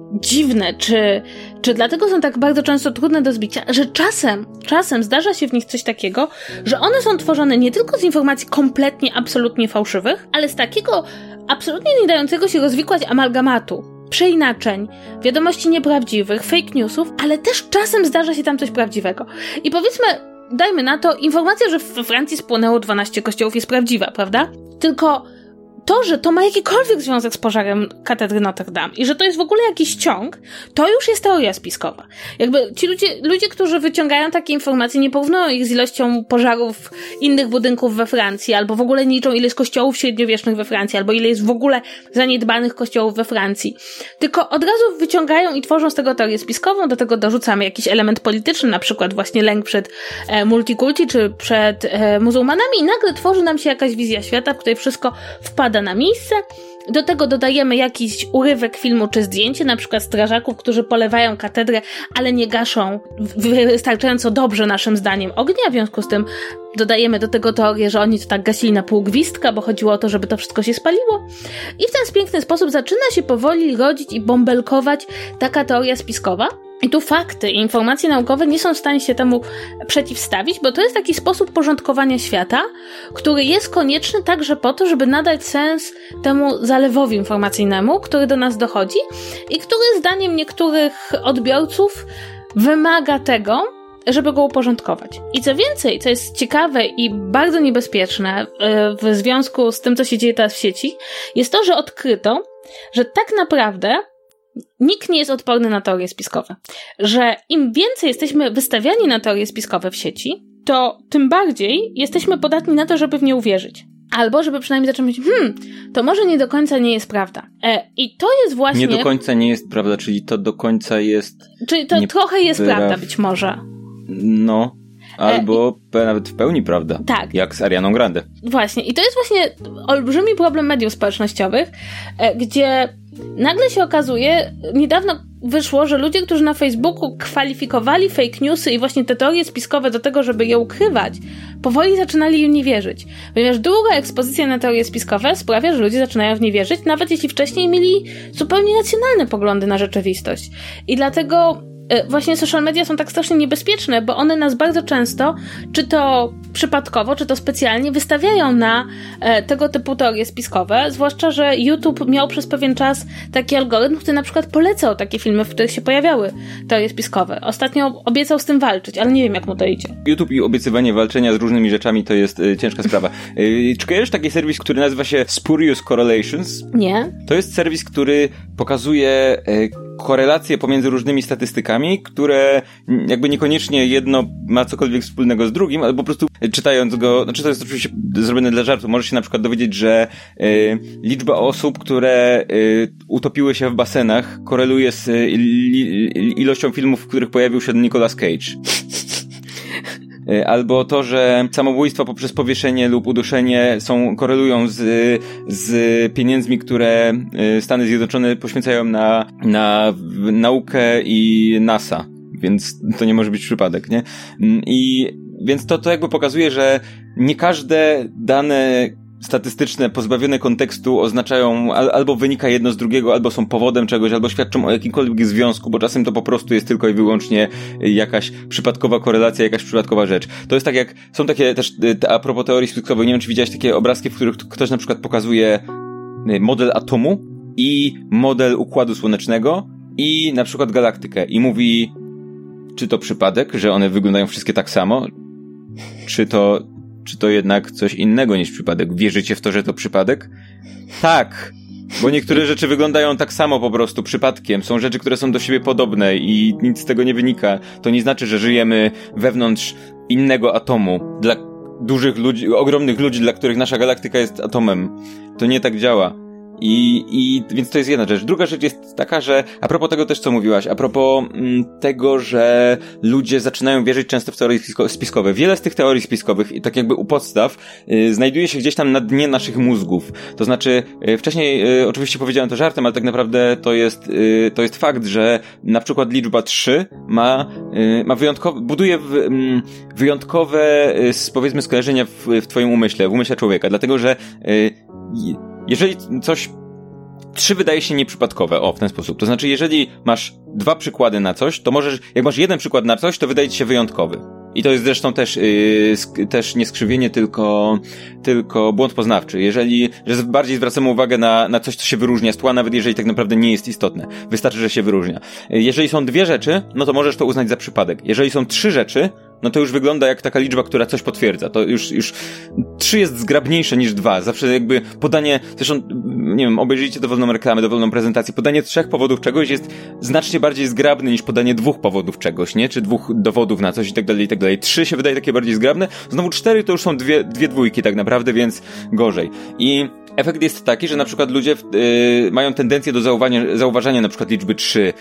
dziwne, czy, czy dlatego są tak bardzo często trudne do zbicia, że czasem, czasem zdarza się w nich coś takiego, że one są tworzone nie tylko z informacji kompletnie, absolutnie fałszywych, ale z takiego absolutnie nie dającego się rozwikłać amalgamatu, przeinaczeń, wiadomości nieprawdziwych, fake newsów, ale też czasem zdarza się tam coś prawdziwego. I powiedzmy, dajmy na to, informacja, że we Francji spłonęło dwanaście kościołów jest prawdziwa, prawda? Tylko to, że to ma jakikolwiek związek z pożarem katedry Notre Dame i że to jest w ogóle jakiś ciąg, to już jest teoria spiskowa. Jakby ci ludzie, ludzie, którzy wyciągają takie informacje, nie porównują ich z ilością pożarów innych budynków we Francji, albo w ogóle nie liczą, ile jest kościołów średniowiecznych we Francji, albo ile jest w ogóle zaniedbanych kościołów we Francji. Tylko od razu wyciągają i tworzą z tego teorię spiskową, do tego dorzucamy jakiś element polityczny, na przykład właśnie lęk przed e, multikulti, czy przed e, muzułmanami i nagle tworzy nam się jakaś wizja świata, w której wszystko wpada na miejsce. Do tego dodajemy jakiś urywek filmu czy zdjęcie, na przykład strażaków, którzy polewają katedrę, ale nie gaszą wystarczająco dobrze naszym zdaniem ognia, w związku z tym dodajemy do tego teorię, że oni to tak gasili na pół gwizdka, bo chodziło o to, żeby to wszystko się spaliło. I w ten piękny sposób zaczyna się powoli rodzić i bąbelkować taka teoria spiskowa. I tu fakty i informacje naukowe nie są w stanie się temu przeciwstawić, bo to jest taki sposób porządkowania świata, który jest konieczny także po to, żeby nadać sens temu zalewowi informacyjnemu, który do nas dochodzi i który zdaniem niektórych odbiorców wymaga tego, żeby go uporządkować. I co więcej, co jest ciekawe i bardzo niebezpieczne w związku z tym, co się dzieje teraz w sieci, jest to, że odkryto, że tak naprawdę nikt nie jest odporny na teorie spiskowe. Że im więcej jesteśmy wystawiani na teorie spiskowe w sieci, to tym bardziej jesteśmy podatni na to, żeby w nie uwierzyć. Albo żeby przynajmniej zacząć myśleć, hmm, to może nie do końca nie jest prawda. E, I to jest właśnie... Nie do końca nie jest prawda, czyli to do końca jest... Czyli to trochę jest praw... prawda być może. No... Albo e, nawet w pełni prawda. Tak. Jak z Arianą Grande. Właśnie. I to jest właśnie olbrzymi problem mediów społecznościowych, e, gdzie nagle się okazuje, niedawno wyszło, że ludzie, którzy na Facebooku kwalifikowali fake newsy i właśnie te teorie spiskowe do tego, żeby je ukrywać, powoli zaczynali im nie wierzyć. Ponieważ długa ekspozycja na teorie spiskowe sprawia, że ludzie zaczynają w nie wierzyć, nawet jeśli wcześniej mieli zupełnie racjonalne poglądy na rzeczywistość. I dlatego właśnie social media są tak strasznie niebezpieczne, bo one nas bardzo często, czy to przypadkowo, czy to specjalnie, wystawiają na e, tego typu teorie spiskowe, zwłaszcza, że YouTube miał przez pewien czas taki algorytm, który na przykład polecał takie filmy, w których się pojawiały teorie spiskowe. Ostatnio obiecał z tym walczyć, ale nie wiem, jak mu to idzie. YouTube i obiecywanie walczenia z różnymi rzeczami to jest y, ciężka sprawa. Y, czy kojarzysz taki serwis, który nazywa się Spurious Correlations? Nie. To jest serwis, który pokazuje y, korelacje pomiędzy różnymi statystykami, które jakby niekoniecznie jedno ma cokolwiek wspólnego z drugim, ale po prostu czytając go, znaczy to jest oczywiście zrobione dla żartu, możesz się na przykład dowiedzieć, że y, liczba osób, które y, utopiły się w basenach koreluje z y, li, ilością filmów, w których pojawił się Nicolas Cage. Albo to, że samobójstwa poprzez powieszenie lub uduszenie są, korelują z, z pieniędzmi, które Stany Zjednoczone poświęcają na, na naukę i NASA. Więc to nie może być przypadek, nie? I więc to, to jakby pokazuje, że nie każde dane statystyczne, pozbawione kontekstu oznaczają, al, albo wynika jedno z drugiego, albo są powodem czegoś, albo świadczą o jakimkolwiek związku, bo czasem to po prostu jest tylko i wyłącznie jakaś przypadkowa korelacja, jakaś przypadkowa rzecz. To jest tak jak, są takie też, a propos teorii spiskowej, nie wiem, czy widziałeś takie obrazki, w których ktoś na przykład pokazuje model atomu i model Układu Słonecznego i na przykład galaktykę i mówi, czy to przypadek, że one wyglądają wszystkie tak samo, czy to Czy to jednak coś innego niż przypadek? Wierzycie w to, że to przypadek? Tak, bo niektóre rzeczy wyglądają tak samo po prostu przypadkiem. Są rzeczy, które są do siebie podobne i nic z tego nie wynika. To nie znaczy, że żyjemy wewnątrz innego atomu. Dla dużych ludzi, ogromnych ludzi, dla których nasza galaktyka jest atomem. To nie tak działa. I, i więc to jest jedna rzecz. Druga rzecz jest taka, że a propos tego też, co mówiłaś, a propos m, tego, że ludzie zaczynają wierzyć często w teorie spisko- spiskowe. Wiele z tych teorii spiskowych, i tak jakby u podstaw, y, znajduje się gdzieś tam na dnie naszych mózgów. To znaczy, y, wcześniej y, oczywiście powiedziałem to żartem, ale tak naprawdę to jest, y, to jest fakt, że na przykład liczba trzy ma, y, ma wyjątkowe, buduje w, y, wyjątkowe, y, powiedzmy, skojarzenia w, w twoim umyśle, w umyśle człowieka, dlatego, że y, jeżeli coś trzy wydaje się nieprzypadkowe, o, w ten sposób. To znaczy, jeżeli masz dwa przykłady na coś, to możesz, jak masz jeden przykład na coś, to wydaje ci się wyjątkowy. I to jest zresztą też, yy, sk- też nie skrzywienie, tylko, tylko błąd poznawczy. Jeżeli, że bardziej zwracamy uwagę na, na coś, co się wyróżnia z tła, nawet jeżeli tak naprawdę nie jest istotne. Wystarczy, że się wyróżnia. Jeżeli są dwie rzeczy, no to możesz to uznać za przypadek. Jeżeli są trzy rzeczy, no to już wygląda jak taka liczba, która coś potwierdza. To już, już trzy jest zgrabniejsze niż dwa. Zawsze jakby podanie, zresztą, nie wiem, obejrzyjcie dowolną reklamę, dowolną prezentację, podanie trzech powodów czegoś jest znacznie bardziej zgrabne niż podanie dwóch powodów czegoś, nie? Czy dwóch dowodów na coś i tak dalej, i tak dalej. Trzy się wydaje takie bardziej zgrabne. Znowu cztery to już są dwie, dwie dwójki tak naprawdę, więc gorzej. I efekt jest taki, że na przykład ludzie w, y, mają tendencję do zauważania, zauważania na przykład liczby trzy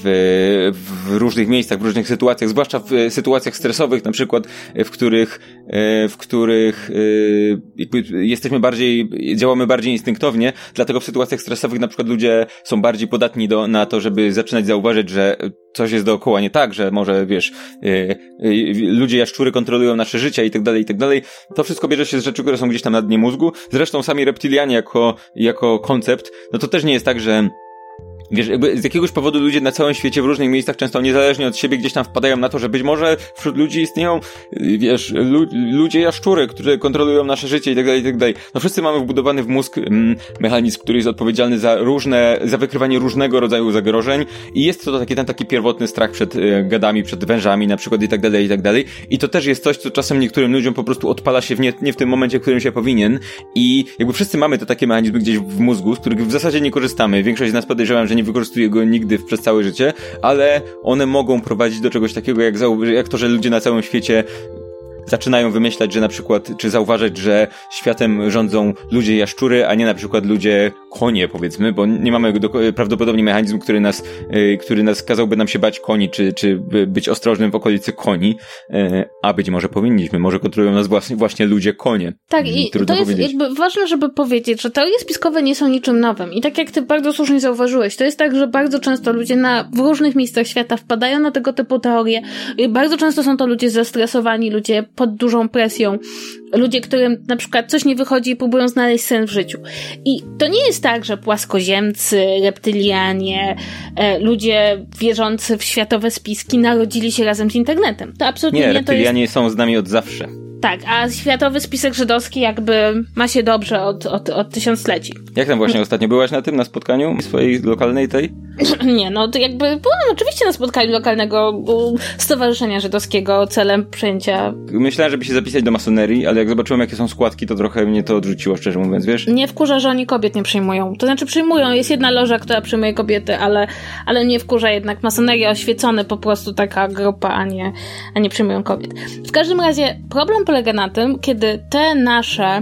w, w różnych miejscach, w różnych sytuacjach, zwłaszcza w y, sytuacjach stresowych, na przykład y, w których, y, w których y, jesteśmy bardziej, działamy bardziej instynktownie, dlatego w sytuacjach stresowych na przykład ludzie są bardziej podatni do, na to, żeby zaczynać zauważyć, że coś jest dookoła nie tak, że może, wiesz, y, y, ludzie jaszczury kontrolują nasze życie i tak dalej, i tak dalej. To wszystko bierze się z rzeczy, które są gdzieś tam na dnie mózgu. Zresztą sami reptilianie jako, jako koncept, no to też nie jest tak, że wiesz, jakby z jakiegoś powodu ludzie na całym świecie w różnych miejscach często niezależnie od siebie gdzieś tam wpadają na to, że być może wśród ludzi istnieją, wiesz, lu- ludzie jaszczury, którzy kontrolują nasze życie i tak dalej, i tak dalej. No wszyscy mamy wbudowany w mózg mm, mechanizm, który jest odpowiedzialny za różne, za wykrywanie różnego rodzaju zagrożeń i jest to taki ten taki pierwotny strach przed y, gadami, przed wężami na przykład i tak dalej, i tak dalej. I to też jest coś, co czasem niektórym ludziom po prostu odpala się w nie, nie w tym momencie, w którym się powinien i jakby wszyscy mamy te takie mechanizmy gdzieś w mózgu, z których w zasadzie nie korzystamy. Większość z nas podejrzewam, że nie wykorzystuje go nigdy przez całe życie, ale one mogą prowadzić do czegoś takiego, jak, zau- jak to, że ludzie na całym świecie zaczynają wymyślać, że na przykład, czy zauważać, że światem rządzą ludzie jaszczury, a nie na przykład ludzie konie, powiedzmy, bo nie mamy do, prawdopodobnie mechanizmu, który nas, y, który nas kazałby nam się bać koni, czy, czy być ostrożnym w okolicy koni, y, a być może powinniśmy, może kontrolują nas właśnie, właśnie ludzie konie. Tak, i Trudno to jest powiedzieć. jakby ważne, żeby powiedzieć, że teorie spiskowe nie są niczym nowym. I tak jak ty bardzo słusznie zauważyłeś, to jest tak, że bardzo często ludzie na, w różnych miejscach świata wpadają na tego typu teorie. I bardzo często są to ludzie zestresowani, ludzie pod dużą presją, ludzie, którym na przykład coś nie wychodzi i próbują znaleźć sens w życiu. I to nie jest tak, że płaskoziemcy, reptylianie, e, ludzie wierzący w światowe spiski narodzili się razem z internetem. To absolutnie nie. Nie, nie reptylianie to jest... są z nami od zawsze. Tak, a światowy spisek żydowski jakby ma się dobrze od, od, od tysiącleci. Jak tam właśnie ostatnio byłaś na tym, na spotkaniu swojej lokalnej tej? Nie, no to jakby byłam oczywiście na spotkaniu lokalnego u, Stowarzyszenia Żydowskiego celem przyjęcia. Myślałem, żeby się zapisać do masonerii, ale jak zobaczyłem, jakie są składki, to trochę mnie to odrzuciło, szczerze mówiąc, wiesz? Nie wkurza, że oni kobiet nie przyjmują. To znaczy przyjmują, jest jedna loża, która przyjmuje kobiety, ale, ale nie wkurza jednak masoneria, oświecony po prostu taka grupa, a nie, a nie przyjmują kobiet. W każdym razie problem polega na tym, kiedy te nasze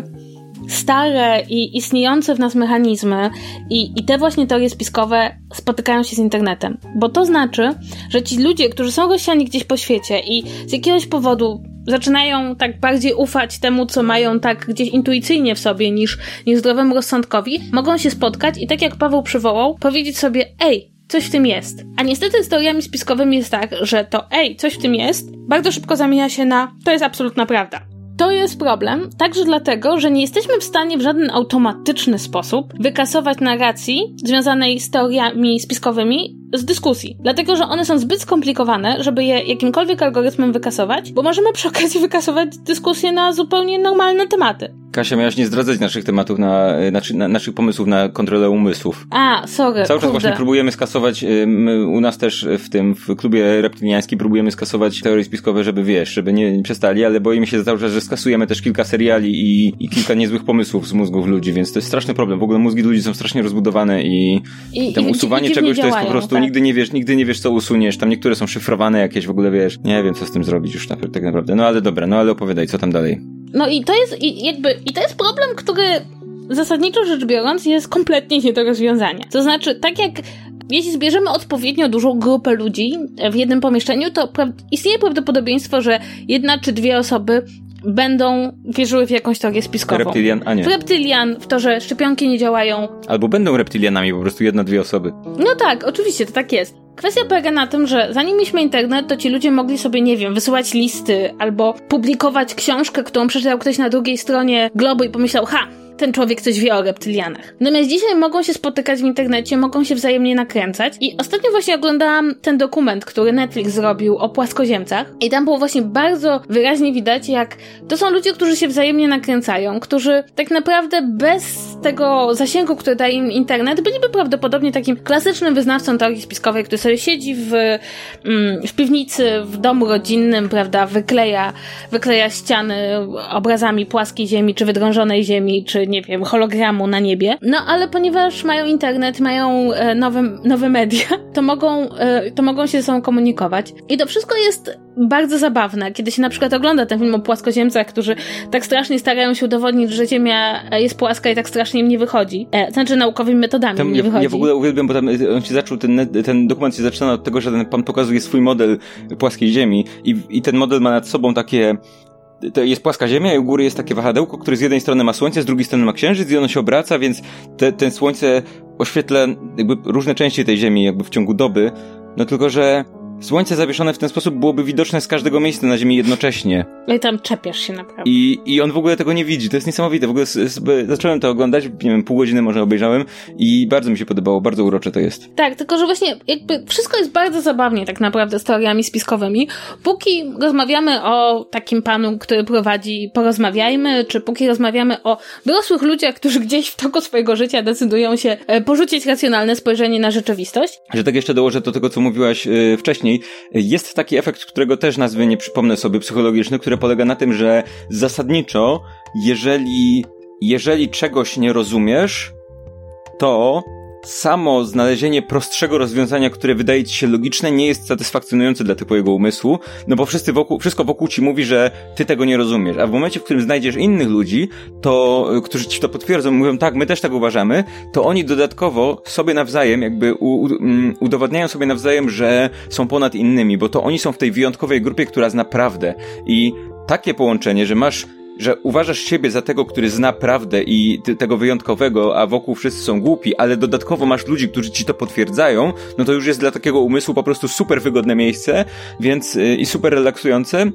stare i istniejące w nas mechanizmy i, i te właśnie teorie spiskowe spotykają się z internetem. Bo to znaczy, że ci ludzie, którzy są rozsiani gdzieś po świecie i z jakiegoś powodu zaczynają tak bardziej ufać temu, co mają tak gdzieś intuicyjnie w sobie niż, niż zdrowemu rozsądkowi, mogą się spotkać i tak jak Paweł przywołał, powiedzieć sobie: ej, coś w tym jest. A niestety z teoriami spiskowymi jest tak, że to ej, coś w tym jest, bardzo szybko zamienia się na to jest absolutna prawda. To jest problem, także dlatego, że nie jesteśmy w stanie w żaden automatyczny sposób wykasować narracji związanej z teoriami spiskowymi z dyskusji. Dlatego, że one są zbyt skomplikowane, żeby je jakimkolwiek algorytmem wykasować, bo możemy przy okazji wykasować dyskusje na zupełnie normalne tematy. Kasia, miałaś nie zdradzać naszych tematów, na, na, na naszych pomysłów na kontrolę umysłów. A, sorry, Cały czas kurde. właśnie próbujemy skasować, my u nas też w tym, w klubie reptyliańskim próbujemy skasować teorie spiskowe, żeby wiesz, żeby nie przestali, ale boimy się cały czas, że skasujemy też kilka seriali i, i kilka niezłych pomysłów z mózgów ludzi, więc to jest straszny problem. W ogóle mózgi ludzi są strasznie rozbudowane i, I, tam i, usuwanie i czegoś to jest po działają, prostu, tak. nigdy nie wiesz, nigdy nie wiesz co usuniesz, tam niektóre są szyfrowane jakieś w ogóle, wiesz, nie wiem co z tym zrobić już tak, tak naprawdę. No ale dobra, no ale opowiadaj, co tam dalej. No i to jest i jakby, i to jest problem, który zasadniczo rzecz biorąc jest kompletnie nie do rozwiązania. To znaczy, tak jak jeśli zbierzemy odpowiednio dużą grupę ludzi w jednym pomieszczeniu, to pra- istnieje prawdopodobieństwo, że jedna czy dwie osoby będą wierzyły w jakąś teorię spiskową. Reptylian, a nie. W reptylian, w to, że szczepionki nie działają. Albo będą reptylianami, po prostu jedna, dwie osoby. No tak, oczywiście, to tak jest. Kwestia polega na tym, że zanim mieliśmy internet, to ci ludzie mogli sobie, nie wiem, wysyłać listy albo publikować książkę, którą przeczytał ktoś na drugiej stronie globu i pomyślał: ha, ten człowiek coś wie o reptylianach. Natomiast dzisiaj mogą się spotykać w internecie, mogą się wzajemnie nakręcać i ostatnio właśnie oglądałam ten dokument, który Netflix zrobił o płaskoziemcach i tam było właśnie bardzo wyraźnie widać, jak to są ludzie, którzy się wzajemnie nakręcają, którzy tak naprawdę bez tego zasięgu, który daje im internet, byliby prawdopodobnie takim klasycznym wyznawcą teorii spiskowej, który sobie siedzi w, w piwnicy, w domu rodzinnym, prawda, wykleja, wykleja ściany obrazami płaskiej ziemi, czy wydrążonej ziemi, czy nie wiem, hologramu na niebie. No ale ponieważ mają internet, mają e, nowe, nowe media, to mogą, e, to mogą się ze sobą komunikować. I to wszystko jest bardzo zabawne, kiedy się na przykład ogląda ten film o płaskoziemcach, którzy tak strasznie starają się udowodnić, że Ziemia jest płaska i tak strasznie im nie wychodzi. E, znaczy naukowymi metodami tam im nie ja, wychodzi. Ja w ogóle uwielbiam, bo tam on się zaczął, ten, ten dokument się zaczyna od tego, że ten pan pokazuje swój model płaskiej Ziemi i, i ten model ma nad sobą takie... To jest płaska ziemia i u góry jest takie wahadełko, które z jednej strony ma słońce, z drugiej strony ma księżyc i ono się obraca, więc te, ten słońce oświetla jakby różne części tej ziemi jakby w ciągu doby, no tylko, że słońce zawieszone w ten sposób byłoby widoczne z każdego miejsca na ziemi jednocześnie. No i tam czepiasz się naprawdę. I, i on w ogóle tego nie widzi, to jest niesamowite, w ogóle sobie zacząłem to oglądać, nie wiem, pół godziny może obejrzałem i bardzo mi się podobało, bardzo urocze to jest. Tak, tylko że właśnie jakby wszystko jest bardzo zabawnie tak naprawdę z teoriami spiskowymi, póki rozmawiamy o takim panu, który prowadzi Porozmawiajmy, czy póki rozmawiamy o dorosłych ludziach, którzy gdzieś w toku swojego życia decydują się porzucić racjonalne spojrzenie na rzeczywistość. Że tak jeszcze dołożę do tego, co mówiłaś yy, wcześniej. Jest taki efekt, którego też nazwy nie przypomnę sobie, psychologiczny, który polega na tym, że zasadniczo, jeżeli, jeżeli czegoś nie rozumiesz, to samo znalezienie prostszego rozwiązania, które wydaje ci się logiczne, nie jest satysfakcjonujące dla twojego umysłu, no bo wszyscy wokół, wszystko wokół ci mówi, że ty tego nie rozumiesz, a w momencie, w którym znajdziesz innych ludzi, to, którzy ci to potwierdzą, mówią, tak, my też tak uważamy, to oni dodatkowo sobie nawzajem jakby u, u, udowadniają sobie nawzajem, że są ponad innymi, bo to oni są w tej wyjątkowej grupie, która zna prawdę i takie połączenie, że masz że uważasz siebie za tego, który zna prawdę i ty, tego wyjątkowego, a wokół wszyscy są głupi, ale dodatkowo masz ludzi, którzy ci to potwierdzają, no to już jest dla takiego umysłu po prostu super wygodne miejsce, więc yy, i super relaksujące.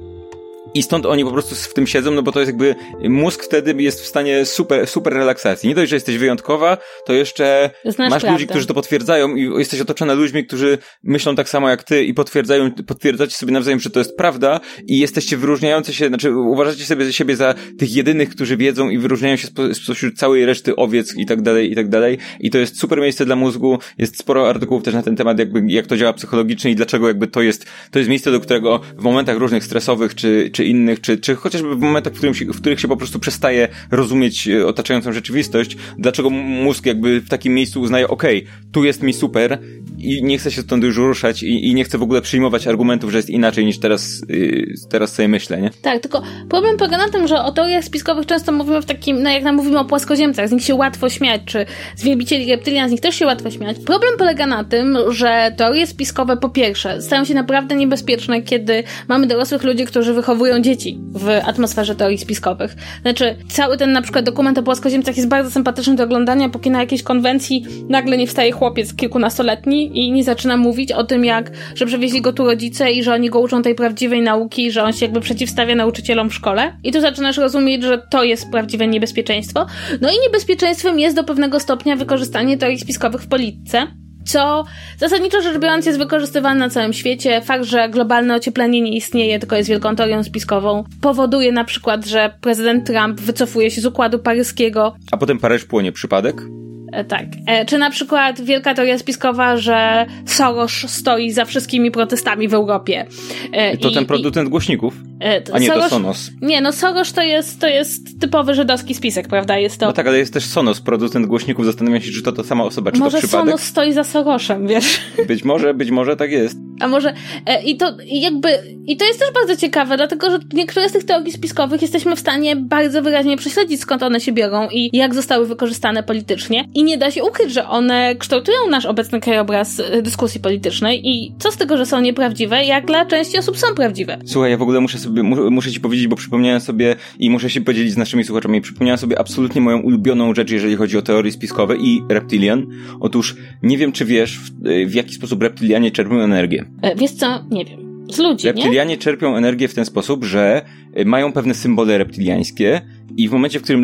I stąd oni po prostu w tym siedzą, no bo to jest jakby, mózg wtedy jest w stanie super, super relaksacji. Nie dość, że jesteś wyjątkowa, to jeszcze Znasz masz prawdę. ludzi, którzy to potwierdzają i jesteś otoczona ludźmi, którzy myślą tak samo jak ty i potwierdzają, potwierdzacie sobie nawzajem, że to jest prawda i jesteście wyróżniający się, znaczy uważacie sobie siebie za tych jedynych, którzy wiedzą i wyróżniają się spośród całej reszty owiec i tak dalej, i tak dalej. I to jest super miejsce dla mózgu, jest sporo artykułów też na ten temat, jakby jak to działa psychologicznie i dlaczego jakby to jest, to jest miejsce, do którego w momentach różnych stresowych czy, czy innych, czy, czy chociażby w momentach, w, którym się, w których się po prostu przestaje rozumieć otaczającą rzeczywistość, dlaczego mózg jakby w takim miejscu uznaje, okej, okay, tu jest mi super i nie chcę się stąd już ruszać i, i nie chcę w ogóle przyjmować argumentów, że jest inaczej niż teraz, yy, teraz sobie myślę, nie? Tak, tylko problem polega na tym, że o teoriach spiskowych często mówimy w takim, no jak nam mówimy o płaskoziemcach, z nich się łatwo śmiać, czy z wielbicieli reptylian, z nich też się łatwo śmiać. Problem polega na tym, że teorie spiskowe po pierwsze stają się naprawdę niebezpieczne, kiedy mamy dorosłych ludzi, którzy wychowują dzieci w atmosferze teorii spiskowych. Znaczy, cały ten na przykład dokument o płaskoziemcach jest bardzo sympatyczny do oglądania, póki na jakiejś konwencji nagle nie wstaje chłopiec kilkunastoletni i nie zaczyna mówić o tym, jak, że przewieźli go tu rodzice i że oni go uczą tej prawdziwej nauki, że on się jakby przeciwstawia nauczycielom w szkole. I tu zaczynasz rozumieć, że to jest prawdziwe niebezpieczeństwo. No i niebezpieczeństwem jest do pewnego stopnia wykorzystanie teorii spiskowych w polityce, co zasadniczo rzecz biorąc jest wykorzystywane na całym świecie. Fakt, że globalne ocieplenie nie istnieje, tylko jest wielką teorią spiskową, powoduje na przykład, że prezydent Trump wycofuje się z układu paryskiego. A potem Paryż płonie. Przypadek? E, tak. E, czy na przykład wielka teoria spiskowa, że Soros stoi za wszystkimi protestami w Europie. E, to i, ten producent i, głośników? E, to, A nie, Soros, to Sonos. Nie, no Soros to jest, to jest typowy żydowski spisek, prawda? Jest to... No tak, ale jest też Sonos, producent głośników. Zastanawiam się, czy to ta sama osoba, czy może to przypadek? Może Sonos stoi za Sorosem, wiesz? Być może, być może tak jest. A może, e, i to i jakby, i to jest też bardzo ciekawe, dlatego, że niektóre z tych teorii spiskowych jesteśmy w stanie bardzo wyraźnie prześledzić, skąd one się biorą i jak zostały wykorzystane politycznie. I nie da się ukryć, że one kształtują nasz obecny krajobraz dyskusji politycznej i co z tego, że są nieprawdziwe, jak dla części osób są prawdziwe. Słuchaj, ja w ogóle muszę sobie, muszę, muszę ci powiedzieć, bo przypomniałem sobie i muszę się podzielić z naszymi słuchaczami, przypomniałem sobie absolutnie moją ulubioną rzecz, jeżeli chodzi o teorie spiskowe i reptilian. Otóż nie wiem, czy wiesz, w, w jaki sposób reptilianie czerpią energię. E, wiesz co? Nie wiem. Z ludzi, Reptilianie nie? czerpią energię w ten sposób, że mają pewne symbole reptiliańskie i w momencie, w którym ludzie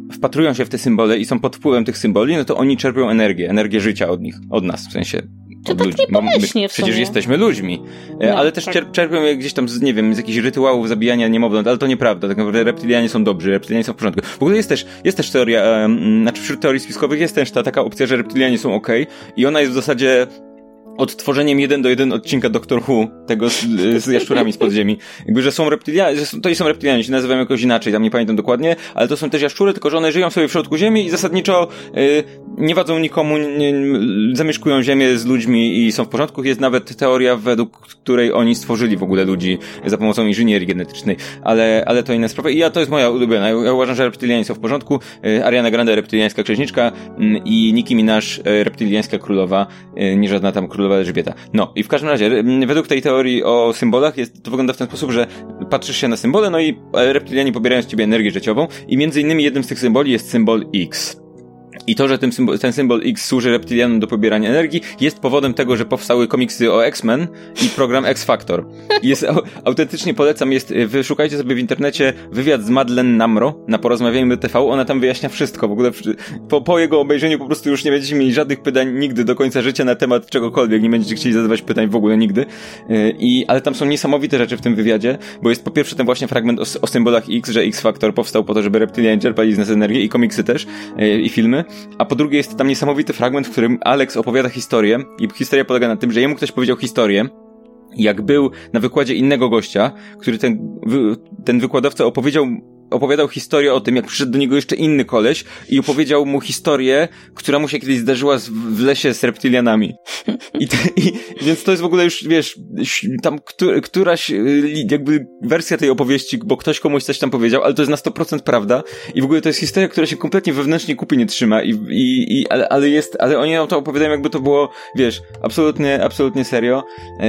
wpatrują się w te symbole i są pod wpływem tych symboli, no to oni czerpią energię, energię życia od nich, od nas, w sensie to tak ludzi. niepomyślnie w sumie. Przecież jesteśmy ludźmi, No, ale też tak. czerpią je gdzieś tam z, nie wiem, z jakichś rytuałów zabijania niemowląt, ale to nieprawda, tak naprawdę reptilianie są dobrzy, reptilianie są w porządku. W ogóle jest też, jest też teoria, um, znaczy wśród teorii spiskowych jest też ta taka opcja, że reptilianie są okej, okay, i ona jest w zasadzie odtworzeniem jeden do jeden odcinka Doctor Who, tego z, z jaszczurami z podziemi. Jakby, że są reptilianie, że są, to nie są reptilianie, się nazywają jakoś inaczej, tam nie pamiętam dokładnie, ale to są też jaszczury, tylko że one żyją sobie w środku ziemi i zasadniczo y, nie wadzą nikomu, nie, zamieszkują ziemię z ludźmi i są w porządku. Jest nawet teoria, według której oni stworzyli w ogóle ludzi za pomocą inżynierii genetycznej, ale, ale to inna sprawa i ja, to jest moja ulubiona. Ja uważam, że reptilianie są w porządku. Y, Ariana Grande, reptiliańska księżniczka y, i Nicki Minaj, y, reptiliańska królowa, y, nie żadna tam królowa Elżbieta. No i w każdym razie, według tej teorii o symbolach jest, to wygląda w ten sposób, że patrzysz się na symbole, no i reptilianie pobierają z ciebie energię życiową i między innymi jednym z tych symboli jest symbol X. I to, że ten symbol, ten symbol X służy reptilianom do pobierania energii, jest powodem tego, że powstały komiksy o X-Men i program X-Factor. Jest, autentycznie polecam, jest, wyszukajcie sobie w internecie wywiad z Madeleine Namro na Porozmawiajmy T V, ona tam wyjaśnia wszystko, w ogóle po, po jego obejrzeniu po prostu już nie będziecie mieli żadnych pytań nigdy do końca życia na temat czegokolwiek, nie będziecie chcieli zadawać pytań w ogóle nigdy. I, ale tam są niesamowite rzeczy w tym wywiadzie, bo jest po pierwsze ten właśnie fragment o, o symbolach X, że X-Factor powstał po to, żeby reptilianie czerpali z nas energię i komiksy też, i filmy. A po drugie jest tam niesamowity fragment, w którym Alex opowiada historię i historia polega na tym, że jemu ktoś powiedział historię, jak był na wykładzie innego gościa, który ten, ten wykładowca opowiedział opowiadał historię o tym, jak przyszedł do niego jeszcze inny koleś i opowiedział mu historię, która mu się kiedyś zdarzyła w lesie z reptilianami. I, te, i więc to jest w ogóle już, wiesz, tam któ, któraś jakby wersja tej opowieści, bo ktoś komuś coś tam powiedział, ale to jest na sto procent prawda i w ogóle to jest historia, która się kompletnie wewnętrznie kupy nie trzyma i, i, i ale, ale jest, ale oni to opowiadają, jakby to było, wiesz, absolutnie, absolutnie serio,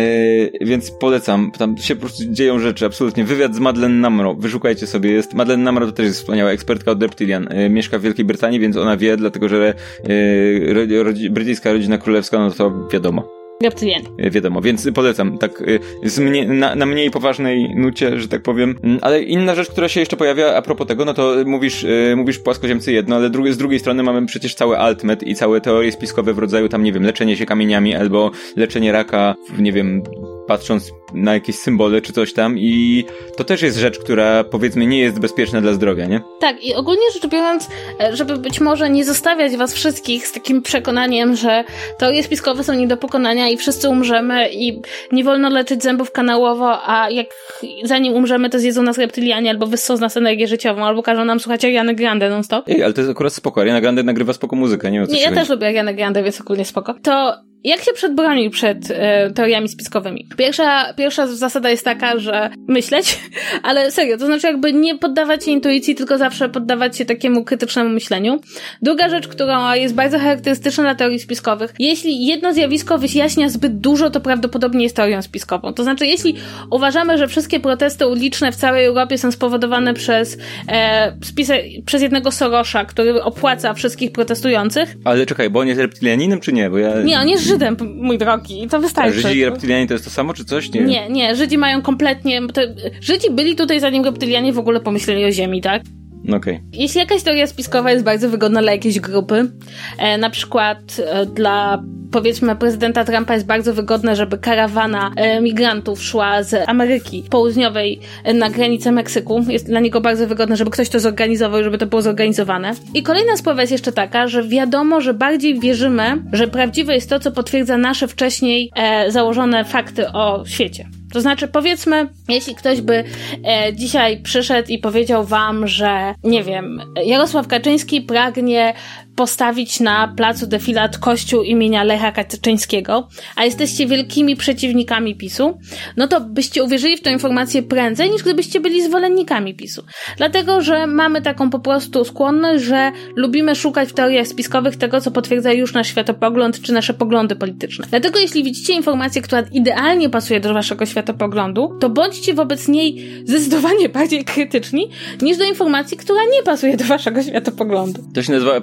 yy, więc polecam, tam się po prostu dzieją rzeczy, absolutnie. Wywiad z Madeleine Namro, wyszukajcie sobie, jest Madeleine Namro, to też jest wspaniała ekspertka od reptilian. Yy, mieszka w Wielkiej Brytanii, więc ona wie, dlatego że yy, rodzi, brytyjska rodzina królewska, no to wiadomo. Reptilian. Yy, wiadomo, więc polecam, tak yy, z mnie, na, na mniej poważnej nucie, że tak powiem. Yy, ale inna rzecz, która się jeszcze pojawia a propos tego, no to mówisz, yy, mówisz płaskoziemcy jedno, ale drugie, z drugiej strony mamy przecież cały altmet i całe teorie spiskowe w rodzaju tam, nie wiem, leczenie się kamieniami albo leczenie raka, nie wiem, patrząc na jakieś symbole czy coś tam i to też jest rzecz, która powiedzmy nie jest bezpieczna dla zdrowia, nie? Tak, i ogólnie rzecz biorąc, żeby być może nie zostawiać was wszystkich z takim przekonaniem, że teorie spiskowe są nie do pokonania i wszyscy umrzemy i nie wolno leczyć zębów kanałowo, a jak zanim umrzemy, to zjedzą nas reptilianie albo wyssą z nas energię życiową, albo każą nam słuchać Ariany Grande non-stop. Ej, ale to jest akurat spoko. Ariana Grande nagrywa spoko muzykę, nie wiem o co Nie, się ja chodzi. też lubię Arianę Grande, więc ogólnie spoko. To jak się przedbronić przed e, teoriami spiskowymi? Pierwsza, pierwsza zasada jest taka, że myśleć, ale serio, to znaczy jakby nie poddawać się intuicji, tylko zawsze poddawać się takiemu krytycznemu myśleniu. Druga rzecz, która jest bardzo charakterystyczna dla teorii spiskowych, jeśli jedno zjawisko wyjaśnia zbyt dużo, to prawdopodobnie jest teorią spiskową. To znaczy, jeśli uważamy, że wszystkie protesty uliczne w całej Europie są spowodowane przez e, spisy, przez jednego Sorosza, który opłaca wszystkich protestujących. Ale czekaj, bo on jest reptilianinem czy nie? Bo ja... Nie, on jest Żydem, mój drogi, i to wystarczy. A Żydzi i reptilianie to jest to samo, czy coś? Nie, nie, nie Żydzi mają kompletnie... To, Żydzi byli tutaj, zanim reptilianie w ogóle pomyśleli o ziemi, tak? Okej. Okay. Jeśli jakaś teoria spiskowa jest bardzo wygodna dla jakiejś grupy, e, na przykład e, dla, powiedzmy, prezydenta Trumpa jest bardzo wygodne, żeby karawana e, migrantów szła z Ameryki Południowej e, na granicę Meksyku. Jest dla niego bardzo wygodne, żeby ktoś to zorganizował, żeby to było zorganizowane. I kolejna sprawa jest jeszcze taka, że wiadomo, że bardziej wierzymy, że prawdziwe jest to, co potwierdza nasze wcześniej e, założone fakty o świecie. To znaczy, powiedzmy, jeśli ktoś by e, dzisiaj przyszedł i powiedział wam, że, nie wiem, Jarosław Kaczyński pragnie postawić na placu Defilat kościół imienia Lecha Kaczyńskiego, a jesteście wielkimi przeciwnikami PiSu, no to byście uwierzyli w tę informację prędzej, niż gdybyście byli zwolennikami PiSu. Dlatego, że mamy taką po prostu skłonność, że lubimy szukać w teoriach spiskowych tego, co potwierdza już nasz światopogląd, czy nasze poglądy polityczne. Dlatego, jeśli widzicie informację, która idealnie pasuje do waszego światopoglądu, to bądźcie wobec niej zdecydowanie bardziej krytyczni, niż do informacji, która nie pasuje do waszego światopoglądu. To się nazywa efekt, efekt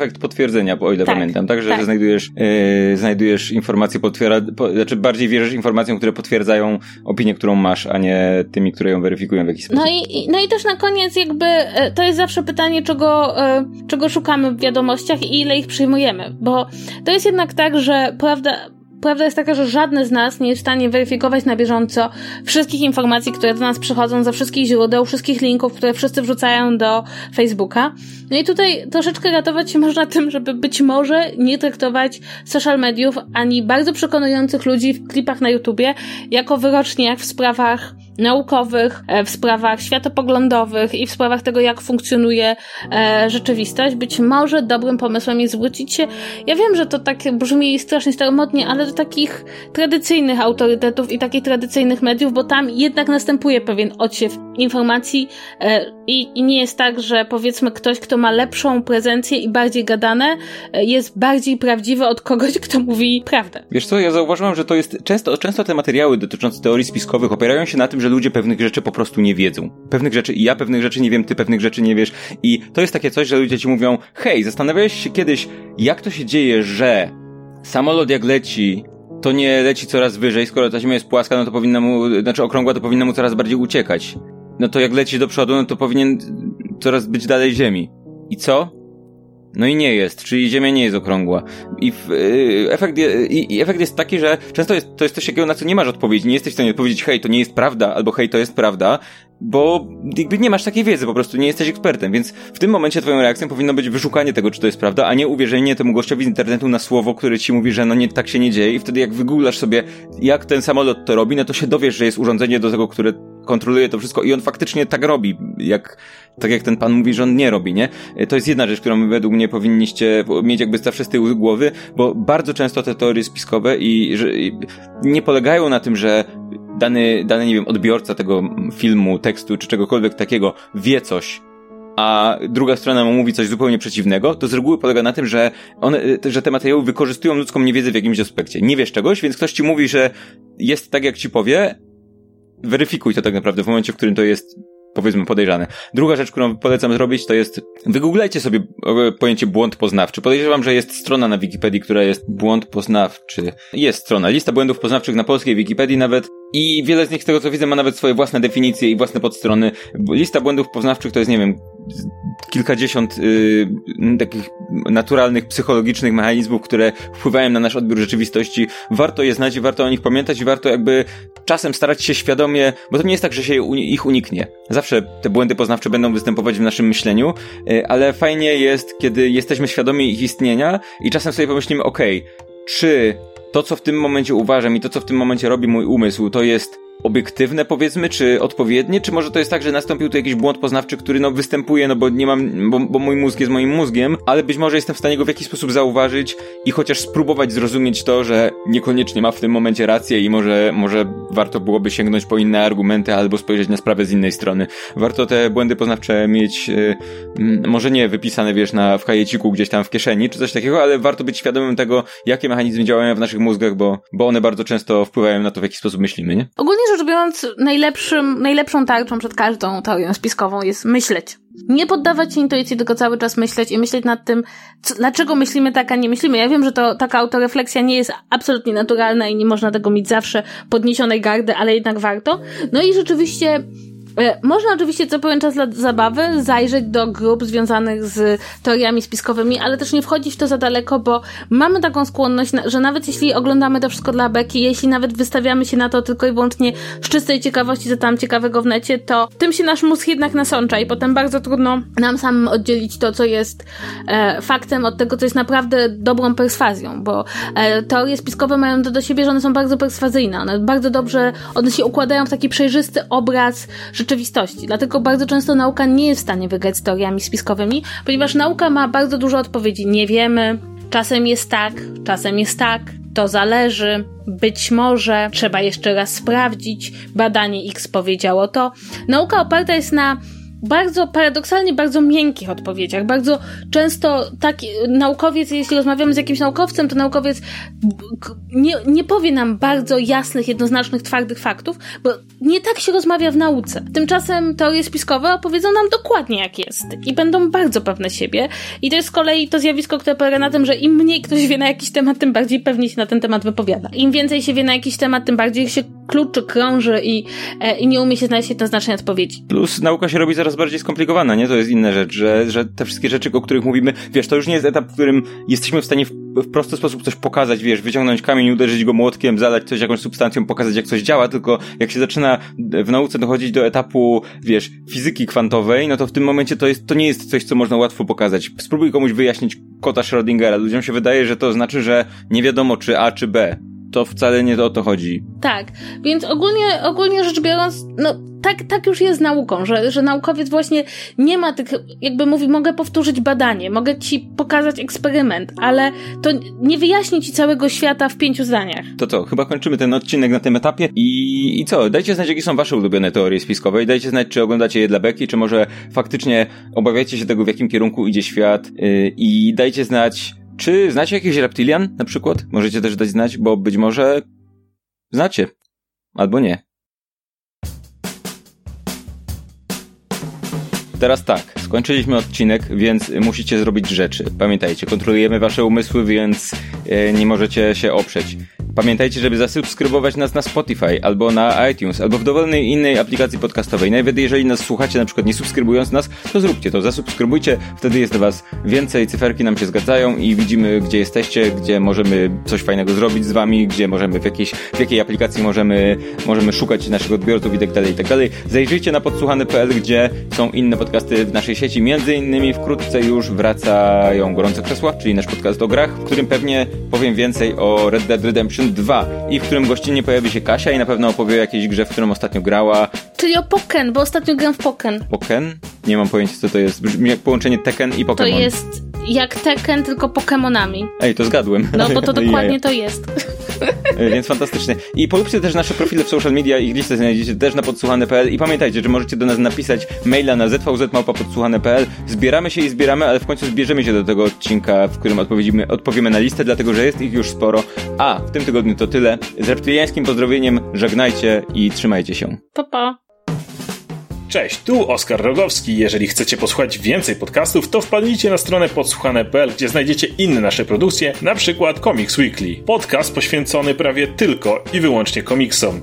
efekt potwierdzenia, o ile tak, pamiętam, tak? Że, tak. że znajdujesz, yy, znajdujesz informacje, potwiera, po, znaczy bardziej wierzysz informacjom, które potwierdzają opinię, którą masz, a nie tymi, które ją weryfikują w jakiś sposób. No i, no i też na koniec jakby to jest zawsze pytanie, czego, czego szukamy w wiadomościach i ile ich przyjmujemy, bo to jest jednak tak, że prawda Prawda jest taka, że żadne z nas nie jest w stanie weryfikować na bieżąco wszystkich informacji, które do nas przychodzą ze wszystkich źródeł, wszystkich linków, które wszyscy wrzucają do Facebooka. No i tutaj troszeczkę ratować się można tym, żeby być może nie traktować social mediów ani bardzo przekonujących ludzi w klipach na YouTubie jako wyrocznie jak w sprawach naukowych, w sprawach światopoglądowych i w sprawach tego, jak funkcjonuje e, rzeczywistość. Być może dobrym pomysłem jest zwrócić się, ja wiem, że to tak brzmi strasznie staromodnie, ale do takich tradycyjnych autorytetów i takich tradycyjnych mediów, bo tam jednak następuje pewien odsiew informacji e, i, i nie jest tak, że powiedzmy ktoś, kto ma lepszą prezencję i bardziej gadane, e, jest bardziej prawdziwy od kogoś, kto mówi prawdę. Wiesz co, ja zauważyłem, że to jest często, często te materiały dotyczące teorii spiskowych opierają się na tym, że ludzie pewnych rzeczy po prostu nie wiedzą. Pewnych rzeczy i ja pewnych rzeczy nie wiem, ty pewnych rzeczy nie wiesz i to jest takie coś, że ludzie ci mówią, hej, zastanawiałeś się kiedyś, jak to się dzieje, że samolot jak leci, to nie leci coraz wyżej, skoro ta ziemia jest płaska, no to powinna mu, znaczy okrągła, to powinna mu coraz bardziej uciekać. No to jak leci do przodu, no to powinien coraz być dalej ziemi. I co? No i nie jest, czyli Ziemia nie jest okrągła. I, w, y, efekt, je, i, i efekt jest taki, że często jest, to jest coś takiego, na co nie masz odpowiedzi. Nie jesteś w stanie odpowiedzieć, hej, to nie jest prawda, albo hej, to jest prawda, bo jakby nie masz takiej wiedzy, po prostu nie jesteś ekspertem, więc w tym momencie twoją reakcją powinno być wyszukanie tego, czy to jest prawda, a nie uwierzenie temu gościowi z internetu na słowo, które ci mówi, że no nie, tak się nie dzieje i wtedy jak wygooglasz sobie, jak ten samolot to robi, no to się dowiesz, że jest urządzenie do tego, które kontroluje to wszystko i on faktycznie tak robi, jak, tak jak ten pan mówi, że on nie robi, nie? To jest jedna rzecz, którą według mnie powinniście mieć jakby zawsze z tyłu głowy, bo bardzo często te teorie spiskowe i, że, i nie polegają na tym, że dany, dany, nie wiem, odbiorca tego filmu, tekstu czy czegokolwiek takiego wie coś, a druga strona mu mówi coś zupełnie przeciwnego, to z reguły polega na tym, że one, że te materiały wykorzystują ludzką niewiedzę w jakimś aspekcie. Nie wiesz czegoś, więc ktoś ci mówi, że jest tak, jak ci powie, weryfikuj to tak naprawdę w momencie, w którym to jest, powiedzmy, podejrzane. Druga rzecz, którą polecam zrobić, to jest wygooglajcie sobie pojęcie błąd poznawczy. Podejrzewam, że jest strona na Wikipedii, która jest błąd poznawczy. Jest strona, lista błędów poznawczych na polskiej Wikipedii nawet i wiele z nich, z tego co widzę, ma nawet swoje własne definicje i własne podstrony. Lista błędów poznawczych to jest, nie wiem, kilkadziesiąt yy, takich naturalnych, psychologicznych mechanizmów, które wpływają na nasz odbiór rzeczywistości. Warto je znać i warto o nich pamiętać i warto jakby czasem starać się świadomie, bo to nie jest tak, że się ich uniknie. Zawsze te błędy poznawcze będą występować w naszym myśleniu, yy, ale fajnie jest, kiedy jesteśmy świadomi ich istnienia i czasem sobie pomyślimy, okej, okay, czy to, co w tym momencie uważam i to, co w tym momencie robi mój umysł, to jest obiektywne, powiedzmy, czy odpowiednie, czy może to jest tak, że nastąpił tu jakiś błąd poznawczy, który no występuje, no bo nie mam, bo, bo mój mózg jest moim mózgiem, ale być może jestem w stanie go w jakiś sposób zauważyć i chociaż spróbować zrozumieć to, że niekoniecznie ma w tym momencie rację i może, może warto byłoby sięgnąć po inne argumenty albo spojrzeć na sprawę z innej strony. Warto te błędy poznawcze mieć, yy, może nie wypisane, wiesz, na, w kajeciku gdzieś tam w kieszeni, czy coś takiego, ale warto być świadomym tego, jakie mechanizmy działają w naszych mózgach, bo, bo one bardzo często wpływają na to, w jaki sposób myślimy, nie? Ogólnie rzecz biorąc, najlepszym, najlepszą tarczą przed każdą teorią spiskową jest myśleć. Nie poddawać się intuicji, tylko cały czas myśleć i myśleć nad tym, co, dlaczego myślimy tak, a nie myślimy. Ja wiem, że to taka autorefleksja nie jest absolutnie naturalna i nie można tego mieć zawsze podniesionej gardy, ale jednak warto. No i rzeczywiście można oczywiście co pewien czas dla zabawy zajrzeć do grup związanych z teoriami spiskowymi, ale też nie wchodzić w to za daleko, bo mamy taką skłonność, że nawet jeśli oglądamy to wszystko dla beki, jeśli nawet wystawiamy się na to tylko i wyłącznie z czystej ciekawości, co tam ciekawego w necie, to tym się nasz mózg jednak nasącza i potem bardzo trudno nam samym oddzielić to, co jest e, faktem od tego, co jest naprawdę dobrą perswazją, bo e, teorie spiskowe mają to do siebie, że one są bardzo perswazyjne, one bardzo dobrze, one się układają w taki przejrzysty obraz rzeczywistości. Dlatego bardzo często nauka nie jest w stanie wygrać z teoriami spiskowymi, ponieważ nauka ma bardzo dużo odpowiedzi. Nie wiemy, czasem jest tak, czasem jest tak, to zależy, być może, trzeba jeszcze raz sprawdzić, badanie X powiedziało to. Nauka oparta jest na bardzo paradoksalnie bardzo miękkich odpowiedziach. Bardzo często taki naukowiec, jeśli rozmawiamy z jakimś naukowcem, to naukowiec nie, nie powie nam bardzo jasnych, jednoznacznych, twardych faktów, bo nie tak się rozmawia w nauce. Tymczasem teorie spiskowe opowiedzą nam dokładnie jak jest i będą bardzo pewne siebie. I to jest z kolei to zjawisko, które polega na tym, że im mniej ktoś wie na jakiś temat, tym bardziej pewnie się na ten temat wypowiada. Im więcej się wie na jakiś temat, tym bardziej się kluczy, krąży i, e, i nie umie się znaleźć jednoznacznej odpowiedzi. Plus nauka się robi coraz bardziej skomplikowana, nie? To jest inna rzecz, że, że te wszystkie rzeczy, o których mówimy, wiesz, to już nie jest etap, w którym jesteśmy w stanie w, w prosty sposób coś pokazać, wiesz, wyciągnąć kamień, uderzyć go młotkiem, zalać coś jakąś substancją, pokazać jak coś działa, tylko jak się zaczyna w nauce dochodzić do etapu, wiesz, fizyki kwantowej, no to w tym momencie to jest, to nie jest coś, co można łatwo pokazać. Spróbuj komuś wyjaśnić kota Schrödingera. Ludziom się wydaje, że to znaczy, że nie wiadomo czy A, czy B. To wcale nie o to chodzi. Tak, więc ogólnie, ogólnie rzecz biorąc, no tak, tak już jest z nauką, że, że naukowiec właśnie nie ma tych, jakby mówi, mogę powtórzyć badanie, mogę ci pokazać eksperyment, ale to nie wyjaśni ci całego świata w pięciu zdaniach. To co, chyba kończymy ten odcinek na tym etapie i, i co, dajcie znać, jakie są wasze ulubione teorie spiskowe i dajcie znać, czy oglądacie je dla beki, czy może faktycznie obawiacie się tego, w jakim kierunku idzie świat yy, i dajcie znać, czy znacie jakichś reptilian na przykład? Możecie też dać znać, bo być może znacie. Albo nie. Teraz tak, skończyliśmy odcinek, więc musicie zrobić rzeczy. Pamiętajcie, kontrolujemy wasze umysły, więc e, nie możecie się oprzeć. Pamiętajcie, żeby zasubskrybować nas na Spotify, albo na iTunes, albo w dowolnej innej aplikacji podcastowej. Nawet jeżeli nas słuchacie, na przykład nie subskrybując nas, to zróbcie to, zasubskrybujcie, wtedy jest was więcej, cyferki nam się zgadzają i widzimy, gdzie jesteście, gdzie możemy coś fajnego zrobić z wami, gdzie możemy w jakiejś, w jakiej aplikacji możemy, możemy szukać naszych odbiorców i tak dalej, i tak dalej. Zajrzyjcie na podsłuchane kropka p l, gdzie są inne podcasty w naszej sieci, między innymi wkrótce już wracają Gorące Krzesła, czyli nasz podcast o grach, w którym pewnie powiem więcej o Red Dead Redemption dwa i w którym gościnnie pojawi się Kasia i na pewno opowie o jakiejś grze, w którą ostatnio grała. Czyli o Pokken, bo ostatnio gram w Pokken. Pokken? Nie mam pojęcia, co to jest. Brzmi jak połączenie Tekken i Pokémon. To jest jak Tekken, tylko Pokemonami. Ej, to zgadłem. No, bo to dokładnie to jest. Więc fantastycznie. I polubcie też nasze profile w social media, ich listę znajdziecie też na podsłuchane kropka p l i pamiętajcie, że możecie do nas napisać maila na z v z małpa podsłuchane kropka p l. Zbieramy się i zbieramy, ale w końcu zbierzemy się do tego odcinka, w którym odpowiemy, odpowiemy na listę, dlatego że jest ich już sporo. A w tym tygodniu to tyle. Z reptiliańskim pozdrowieniem żegnajcie i trzymajcie się. Pa, pa. Cześć, tu Oskar Rogowski. Jeżeli chcecie posłuchać więcej podcastów, to wpadnijcie na stronę podsłuchane kropka p l, gdzie znajdziecie inne nasze produkcje, na przykład Comics Weekly. Podcast poświęcony prawie tylko i wyłącznie komiksom.